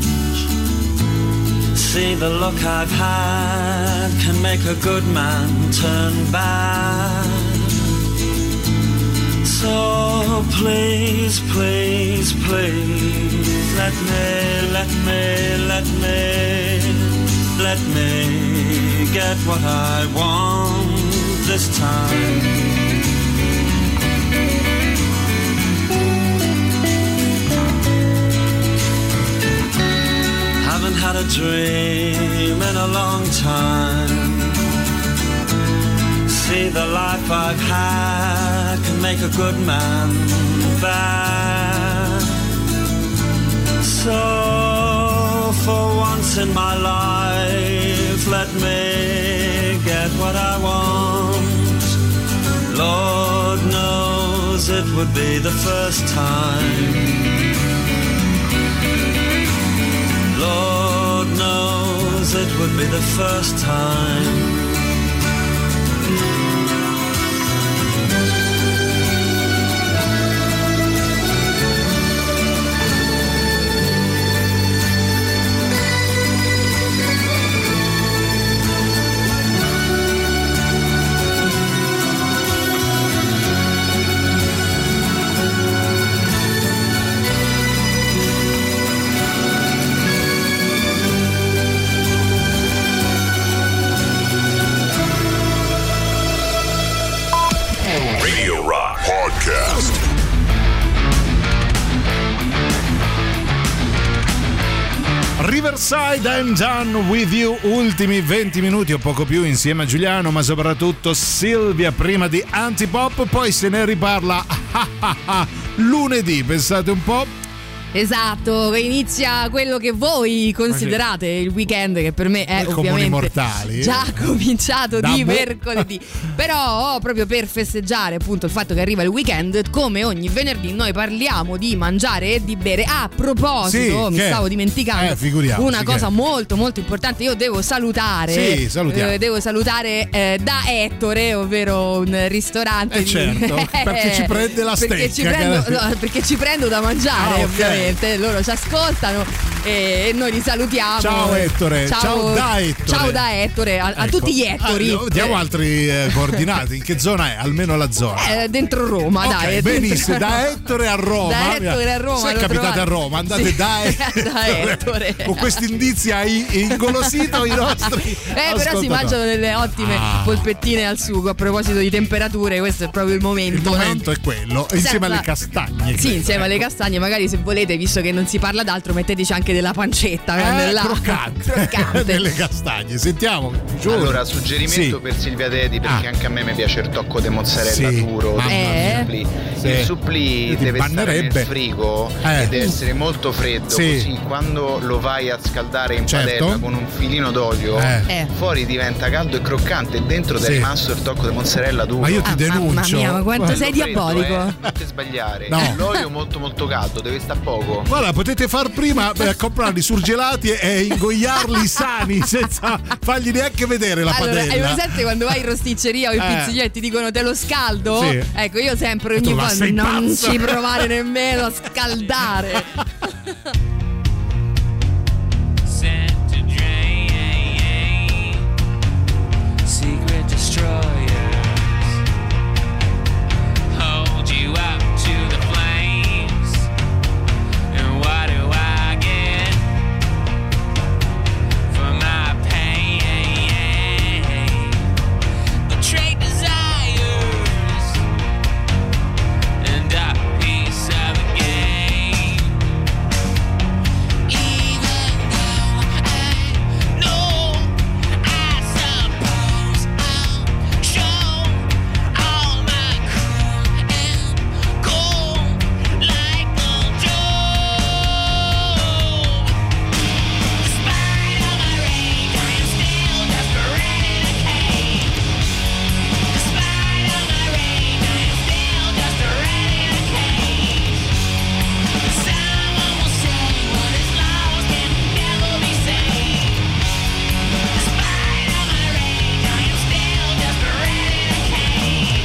See, the look I've had can make a good man turn bad. So please, please, please, let me, let me, let me, let me get what I want this time. Haven't had a dream in a long time. See, the life I've had can make a good man bad. So for once in my life, let me get what I want. Lord knows it would be the first time. Lord knows it would be the first time. Podcast. Riverside, I'm done with you. Ultimi venti minuti o poco più insieme a Giuliano, ma soprattutto Silvia, prima di Antipop, poi se ne riparla lunedì, pensate un po'. Esatto, inizia quello che voi considerate il weekend, che per me è Noi ovviamente mortali, già cominciato da di bo- mercoledì. Però proprio per festeggiare appunto il fatto che arriva il weekend, come ogni venerdì noi parliamo di mangiare e di bere. A proposito, sì, mi che? stavo dimenticando eh, una cosa che? molto molto importante. Io devo salutare sì, salutiamo. eh, devo salutare eh, da Ettore, ovvero un ristorante eh di... certo, perché ci prende la perché stecca ci prendo, no, perché ci prendo da mangiare, ah, okay. ovviamente loro ci ascoltano e noi li salutiamo. Ciao Ettore, ciao, ciao da Ettore. Ciao da Ettore, a, ecco. a tutti gli Ettori. Ah, diamo eh. altri eh, coordinati, in che zona è? Almeno la zona. Eh, dentro Roma, okay, dai. Benissimo, da Ettore a Roma. Da Ettore a Roma. Se capitate trovate. a Roma, andate sì. da, Ettore. da Ettore. Con questi indizi hai ingolosito i nostri. Eh, però si mangiano delle ottime ah. polpettine al sugo. A proposito di temperature, questo è proprio il momento. Il momento no? è quello, insieme Senza... alle castagne. Sì, credo, insieme ecco. alle castagne, magari se volete, visto che non si parla d'altro, metteteci anche della pancetta. Eh, là. croccante. croccante. Delle castagne. Sentiamo. Giuro. Allora, suggerimento sì. per Silvia Teti, perché ah. anche a me mi piace il tocco di mozzarella sì. duro. Eh. Supplì. Sì. Il supplì deve stare nel frigo eh. e deve essere molto freddo, sì. così quando lo vai a scaldare in certo. padella con un filino d'olio, eh. fuori diventa caldo e croccante e dentro sì. ti è rimasto il tocco di mozzarella duro. Ma io ti ah, denuncio. Mamma mia, ma quanto Quello sei diabolico. Freddo, eh, non ti sbagliare. No. L'olio molto molto caldo, deve stare poco. Guarda, potete far prima per comprarli surgelati e ingoiarli sani senza fargli neanche vedere la allora, padella. Hai presente quando vai in rosticceria o in eh. pizzeria e ti dicono te lo scaldo? Sì. Ecco, io sempre ogni volta non pazzo. ci provare nemmeno a scaldare. Secret destroyers hold you up to the flames. And what do I get for my pain? Betrayed desires and a piece of a game. Even though I know, I suppose I'll show all my crew and go like a Joe. Despite all my rage, I am still just a rat in a cage. Despite all my rage, I am still just a rat in a cage. Someone will say what is lost can never be saved. Despite all my rage, I am still just a rat in a cage.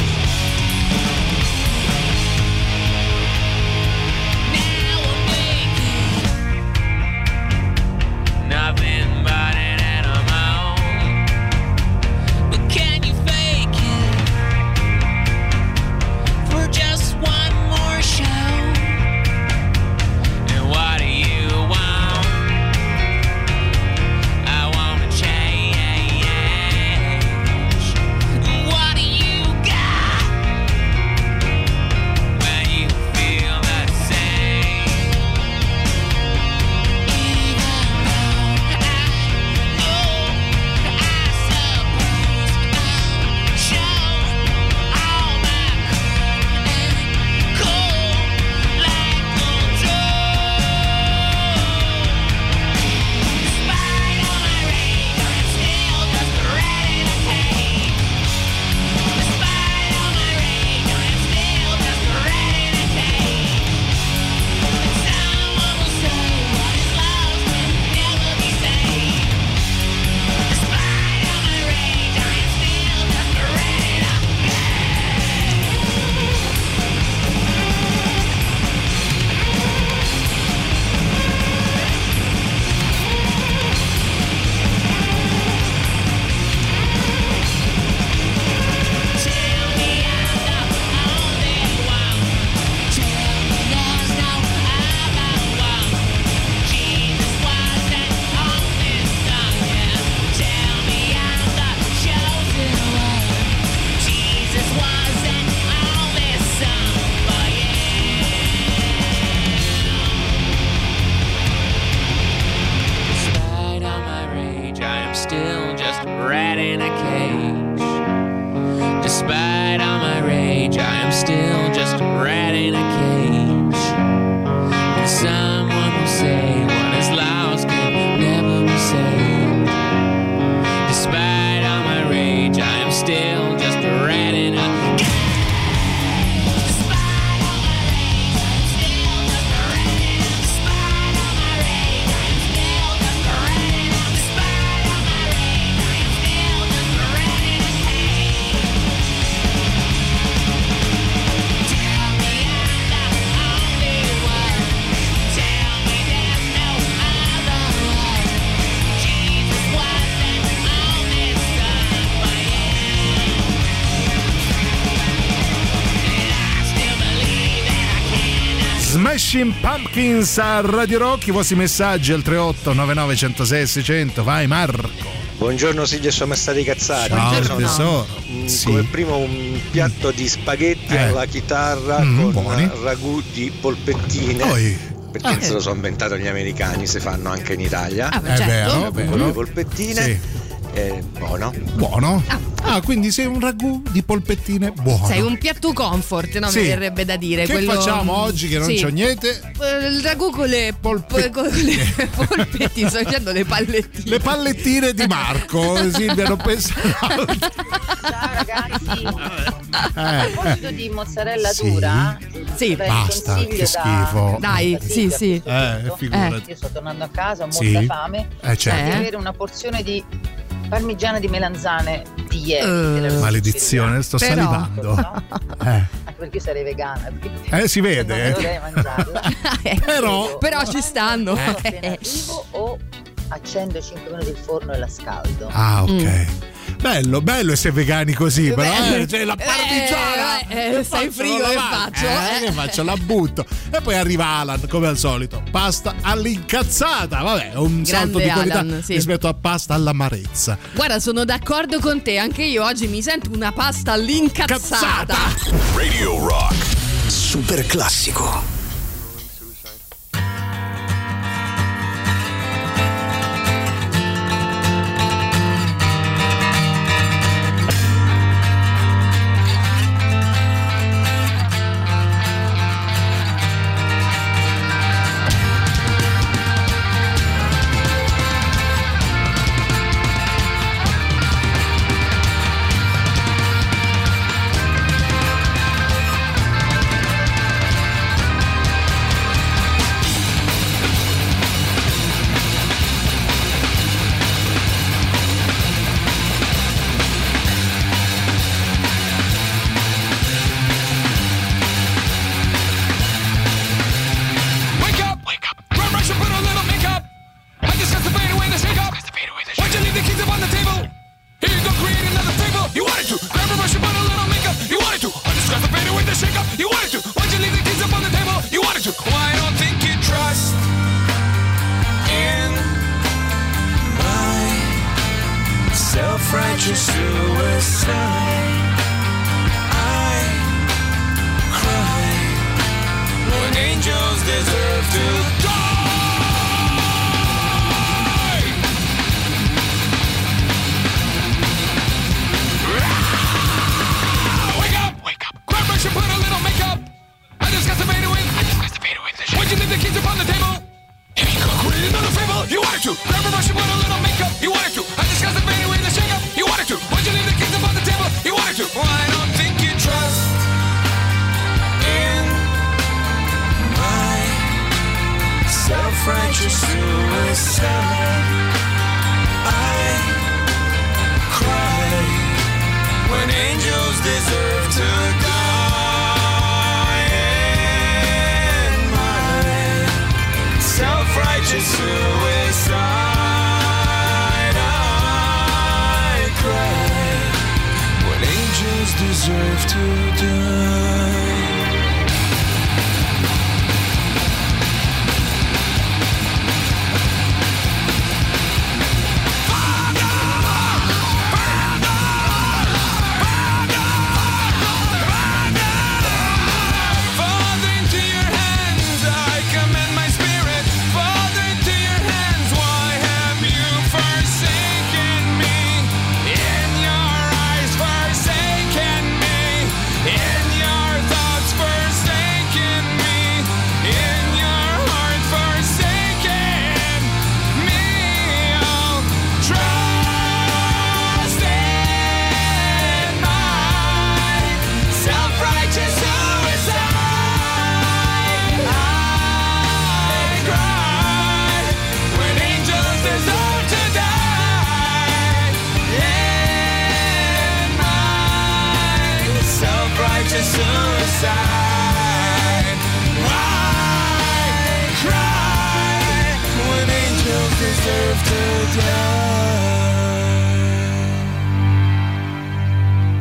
Now I'm making nothing but an animal. But can you fake it for just one more show? And what do you want? I wanna change. What do you got when you feel the same? Even though I know, I suppose I'll show all my crew and go like a Joe. Despite all my rage, I'm still just a rat in a cage. Despite all my rage, I'm still just a rat in a cage. Someone will say what is lost can never be saved. Despite all my rage, I'm still just a rat in a Tell me I'm the only one. Tell me there's no other one. Jesus wasn't on this song, yeah. Tell me I'm the chosen one. Jesus wasn't on this song, but yeah. Despite all my rage, I am still just a rat in a cage. Despite all my rage, I am still just a rat in a cage. And someone will say what is lost can never be saved. Despite all my rage, I am still just a rat in a cage. Despite all my rage, I am still just a rat in a Despite all my rage, I am still just a rat in a Despite all my rage, I am still just a rat in a cage. Tell me I'm the only one. Tell me there's no Smashing Pumpkins a Radio Rock. I vostri messaggi al tre otto nove nove uno zero sei sei zero zero. Vai Marco. Buongiorno Silvia e Sua Maestà di Cazzari. Ciao tesoro. Mm, Sì. Come primo un piatto di spaghetti Eh. alla chitarra Mm, con buoni. ragù di polpettine. Oi. Perché Ah. non se lo sono inventato gli americani, si fanno anche in Italia. Ah, beh, È certo. vero, Ragù è con vero. le polpettine. Sì. Eh, buono. Buono? Ah, quindi sei un ragù di polpettine buono. Sei un piatto comfort, no? Sì. Mi verrebbe da dire. Che quello... facciamo oggi che non Sì. c'ho niente? Eh, Il ragù con le polpe... con le polpettine, sto dicendo le pallettine. Le pallettine di Marco. Silvia non pensa altro. Ciao ragazzi, Eh, a proposito eh. di mozzarella Sì. dura, Sì. avrei Basta, un consiglio che schifo. da, Dai, da sì, Silvia, sì. Eh, figurati. Io sto tornando a casa, ho molta Sì. fame, Eh, certo. di Eh. avere una porzione di parmigiana di melanzane di ieri. Eh. della Maledizione, sto Però- salivando. No? Eh. Anche perché io sarei vegana, quindi Eh, si vede, non eh. dovrei mangiarla. Però- Però ci stanno. Appena arrivo o accendo cinque minuti il forno e la scaldo. Ah, ok. Mm. Bello, bello essere vegani così, però eh, cioè la parmigiana. Eh, eh, stai in frigo, non la che mangio. faccio? Eh, che faccio? La butto. E poi arriva Alan, come al solito. Pasta all'incazzata. Vabbè, un salto di qualità Alan, sì. rispetto a pasta all'amarezza. Guarda, sono d'accordo con te, anche io oggi mi sento una pasta all'incazzata. Radio Rock. Super classico. Wake up! Wake up! Run, rush, and put a little makeup. I discussed the fade away the shake up. Why'd you leave the keys up on the table? Here you go, create another fable. You wanted to. Grab a brush and put a little makeup. You wanted to. I discussed the fade away the shake up. You wanted to. Why'd you leave the keys up on the table? You wanted to. Well, I don't think you trust in my self-righteous suicide. I cry when angels deserve to die. Ah! Wake up! Wake up! Grab brush and put a little makeup. I discussed the fade away. I discussed the fade away. Why'd you leave the keys upon the table? Here you go, create another fable. You wanted to. Grab a brush and put a little makeup. You wanted to. I discussed the fade away, the shake up. You wanted to. Why'd you leave the keys upon the table? You wanted to. Well, I don't think you trust in my self-righteous suicide. I cry when angels deserve to die. In my self-righteous suicide, I cry when angels deserve to die. Father, into your hands I commend my spirit. Father, into your hands, why have you forsaken me? In your eyes, forsaken me. In your thoughts,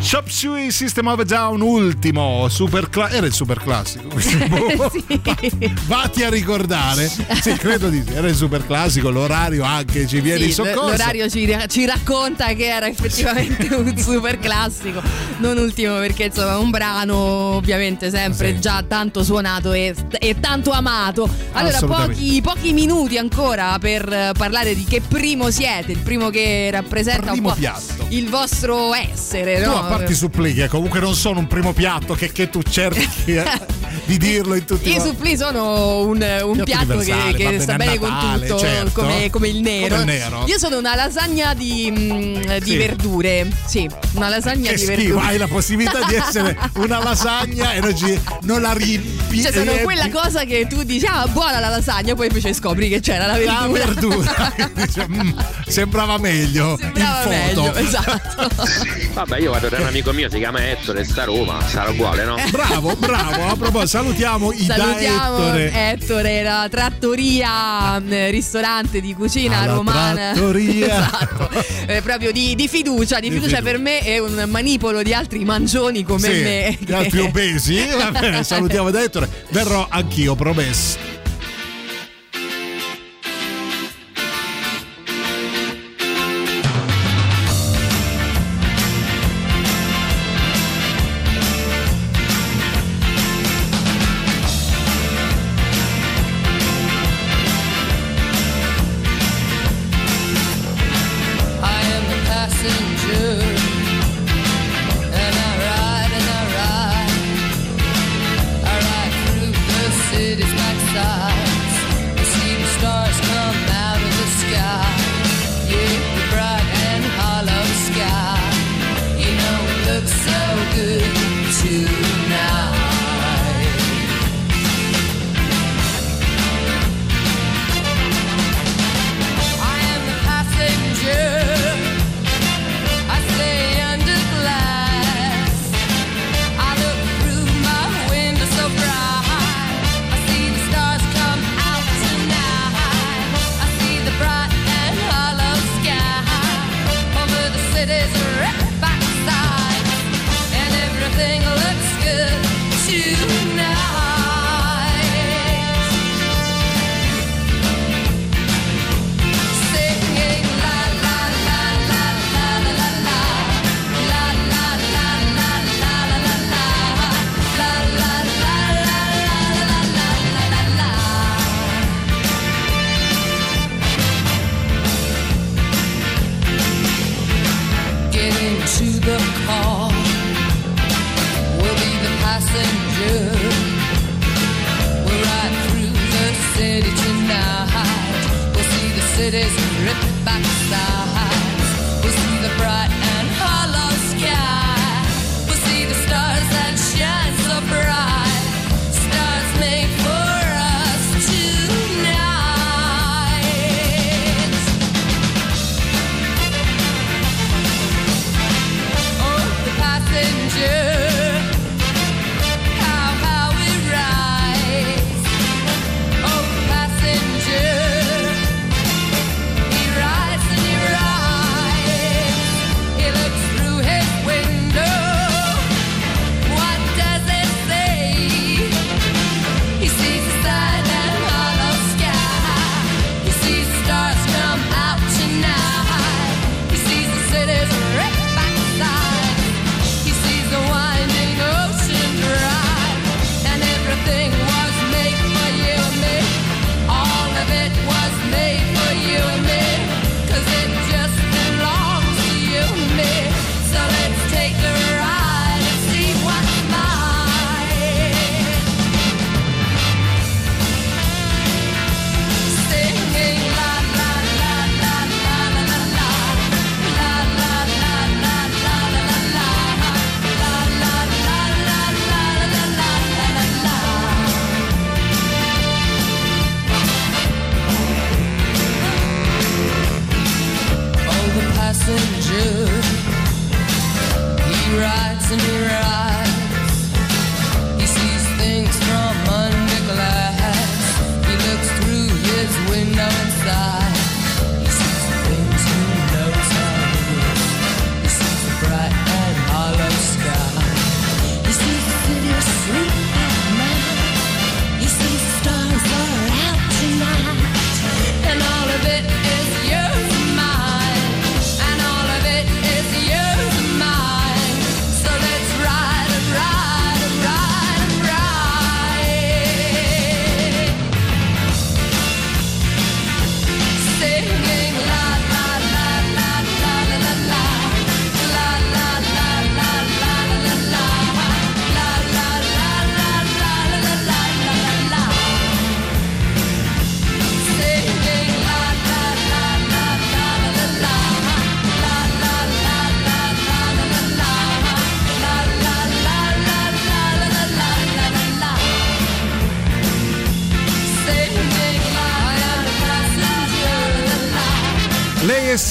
Chop Suey, System of a Down, ultimo super cla- era il super classico. Sì. Vatti a ricordare. Sì, credo di sì, era il super classico, l'orario anche ci viene sì, in soccorso. L'orario ci, ci racconta che era effettivamente un super classico, non ultimo perché insomma un brano ovviamente sempre sì. già tanto suonato e, e tanto amato. Allora pochi, pochi minuti ancora per parlare di che primo siete, il primo che rappresenta primo un po' piatto. il vostro essere, tu no? a parte supplì, comunque non sono un primo piatto che, che tu cerchi di dirlo in tutti i modi. I supplì sono un, un piatto che, che sta bene Natale, con tutto, certo. come, come, il nero. come il nero. Io sono una lasagna di, mh, di sì. verdure. Sì, una lasagna che di schifo, verdure. hai la possibilità di essere una lasagna e non, ci, non la riempi. Cioè sono riempi. quella cosa che tu dici ah buona la lasagna, poi invece scopri che c'era la verdura. La verdura. Dice, mm, sembrava meglio sembrava in foto. Meglio, esatto. Vabbè, io vado da un amico mio, si chiama Ettore, sta a Roma, sarà uguale, no? Bravo, bravo. A proposito, salutiamo i Salutiamo da Ettore. Ettore, la trattoria, ristorante di cucina Alla romana. Trattoria. Esatto. Eh, proprio di, di fiducia, di, di fiducia, fiducia per me è un manipolo di altri mangioni come sì, me. Gli altri obesi. Va bene, salutiamo da Ettore. Verrò anch'io, promesso.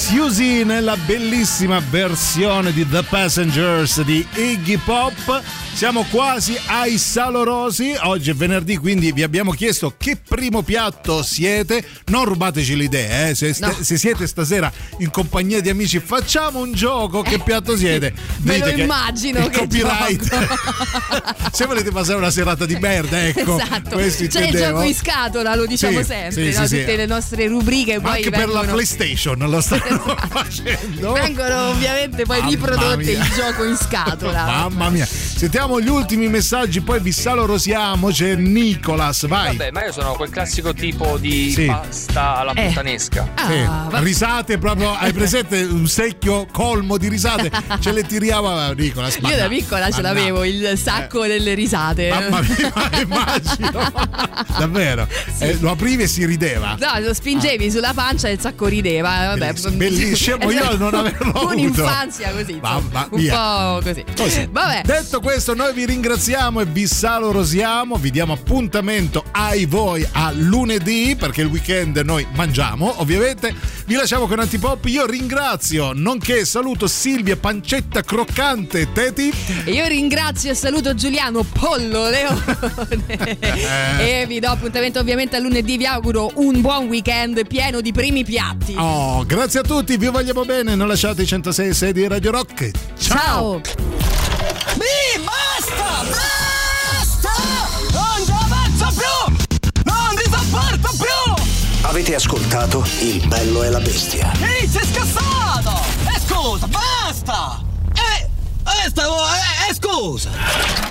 Siouxsie nella bellissima versione di The Passengers di Iggy Pop. Siamo quasi ai Salorosi, oggi è venerdì, quindi vi abbiamo chiesto che primo piatto siete. Non rubateci le idee, eh? se, st- no. se siete stasera in compagnia di amici facciamo un gioco, che piatto siete? Me lo immagino che copyright. Se volete passare una serata di merda, ecco, esatto. C'è intendevo. Il gioco in scatola, lo diciamo sì, sempre, sì, no? sì, Tutte sì. le nostre rubriche ma poi anche vengono... per la PlayStation lo stanno facendo, vengono ovviamente poi Mamma riprodotte mia. il gioco in scatola. Mamma mia, sentiamo gli ultimi messaggi, poi vi salorosiamo. C'è Nicolas, vai. Vabbè, ma io sono quel classico tipo di Sì. pasta alla Eh. puttanesca. Sì. Ah, risate proprio, hai presente un secchio colmo di risate? Ce le tiriamo, Nicolas. Io da piccola ce l'avevo il sacco delle risate. Mamma mia, immagino. Davvero? Sì. Eh, lo aprivi e si rideva. No, lo spingevi ah. sulla pancia e il sacco rideva. Vabbè, bellissimo, io non averlo avuto. Un'infanzia così, Mamma un mia. po' così. Così. Vabbè. Detto questo, noi vi ringraziamo e vi salorosiamo, vi diamo appuntamento ai voi a lunedì, perché il weekend noi mangiamo, ovviamente. Vi lasciamo con Antipop. Io ringrazio, nonché saluto Silvia Pancetta Croccante Teti. E io ringrazio e saluto Giuliano Pollo Leone. E vi do appuntamento ovviamente a lunedì. Vi auguro un buon weekend pieno di primi piatti. Oh, grazie a tutti, vi vogliamo bene. Non lasciate i centosei e sei di Radio Rock. Ciao. Ciao. Mi basta! Basta! Non ci avanzo più! Non ti sopporto più! Avete ascoltato Il Bello e la Bestia? Ehi, sei scassato! E scusa, basta! Eh, eh, stavo, eh, eh, scusa!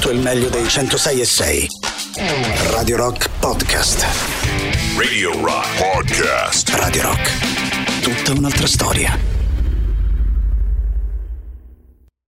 tutto il meglio dei centosei e sei. Radio Rock Podcast. Radio Rock Podcast. Radio Rock. Tutta un'altra storia.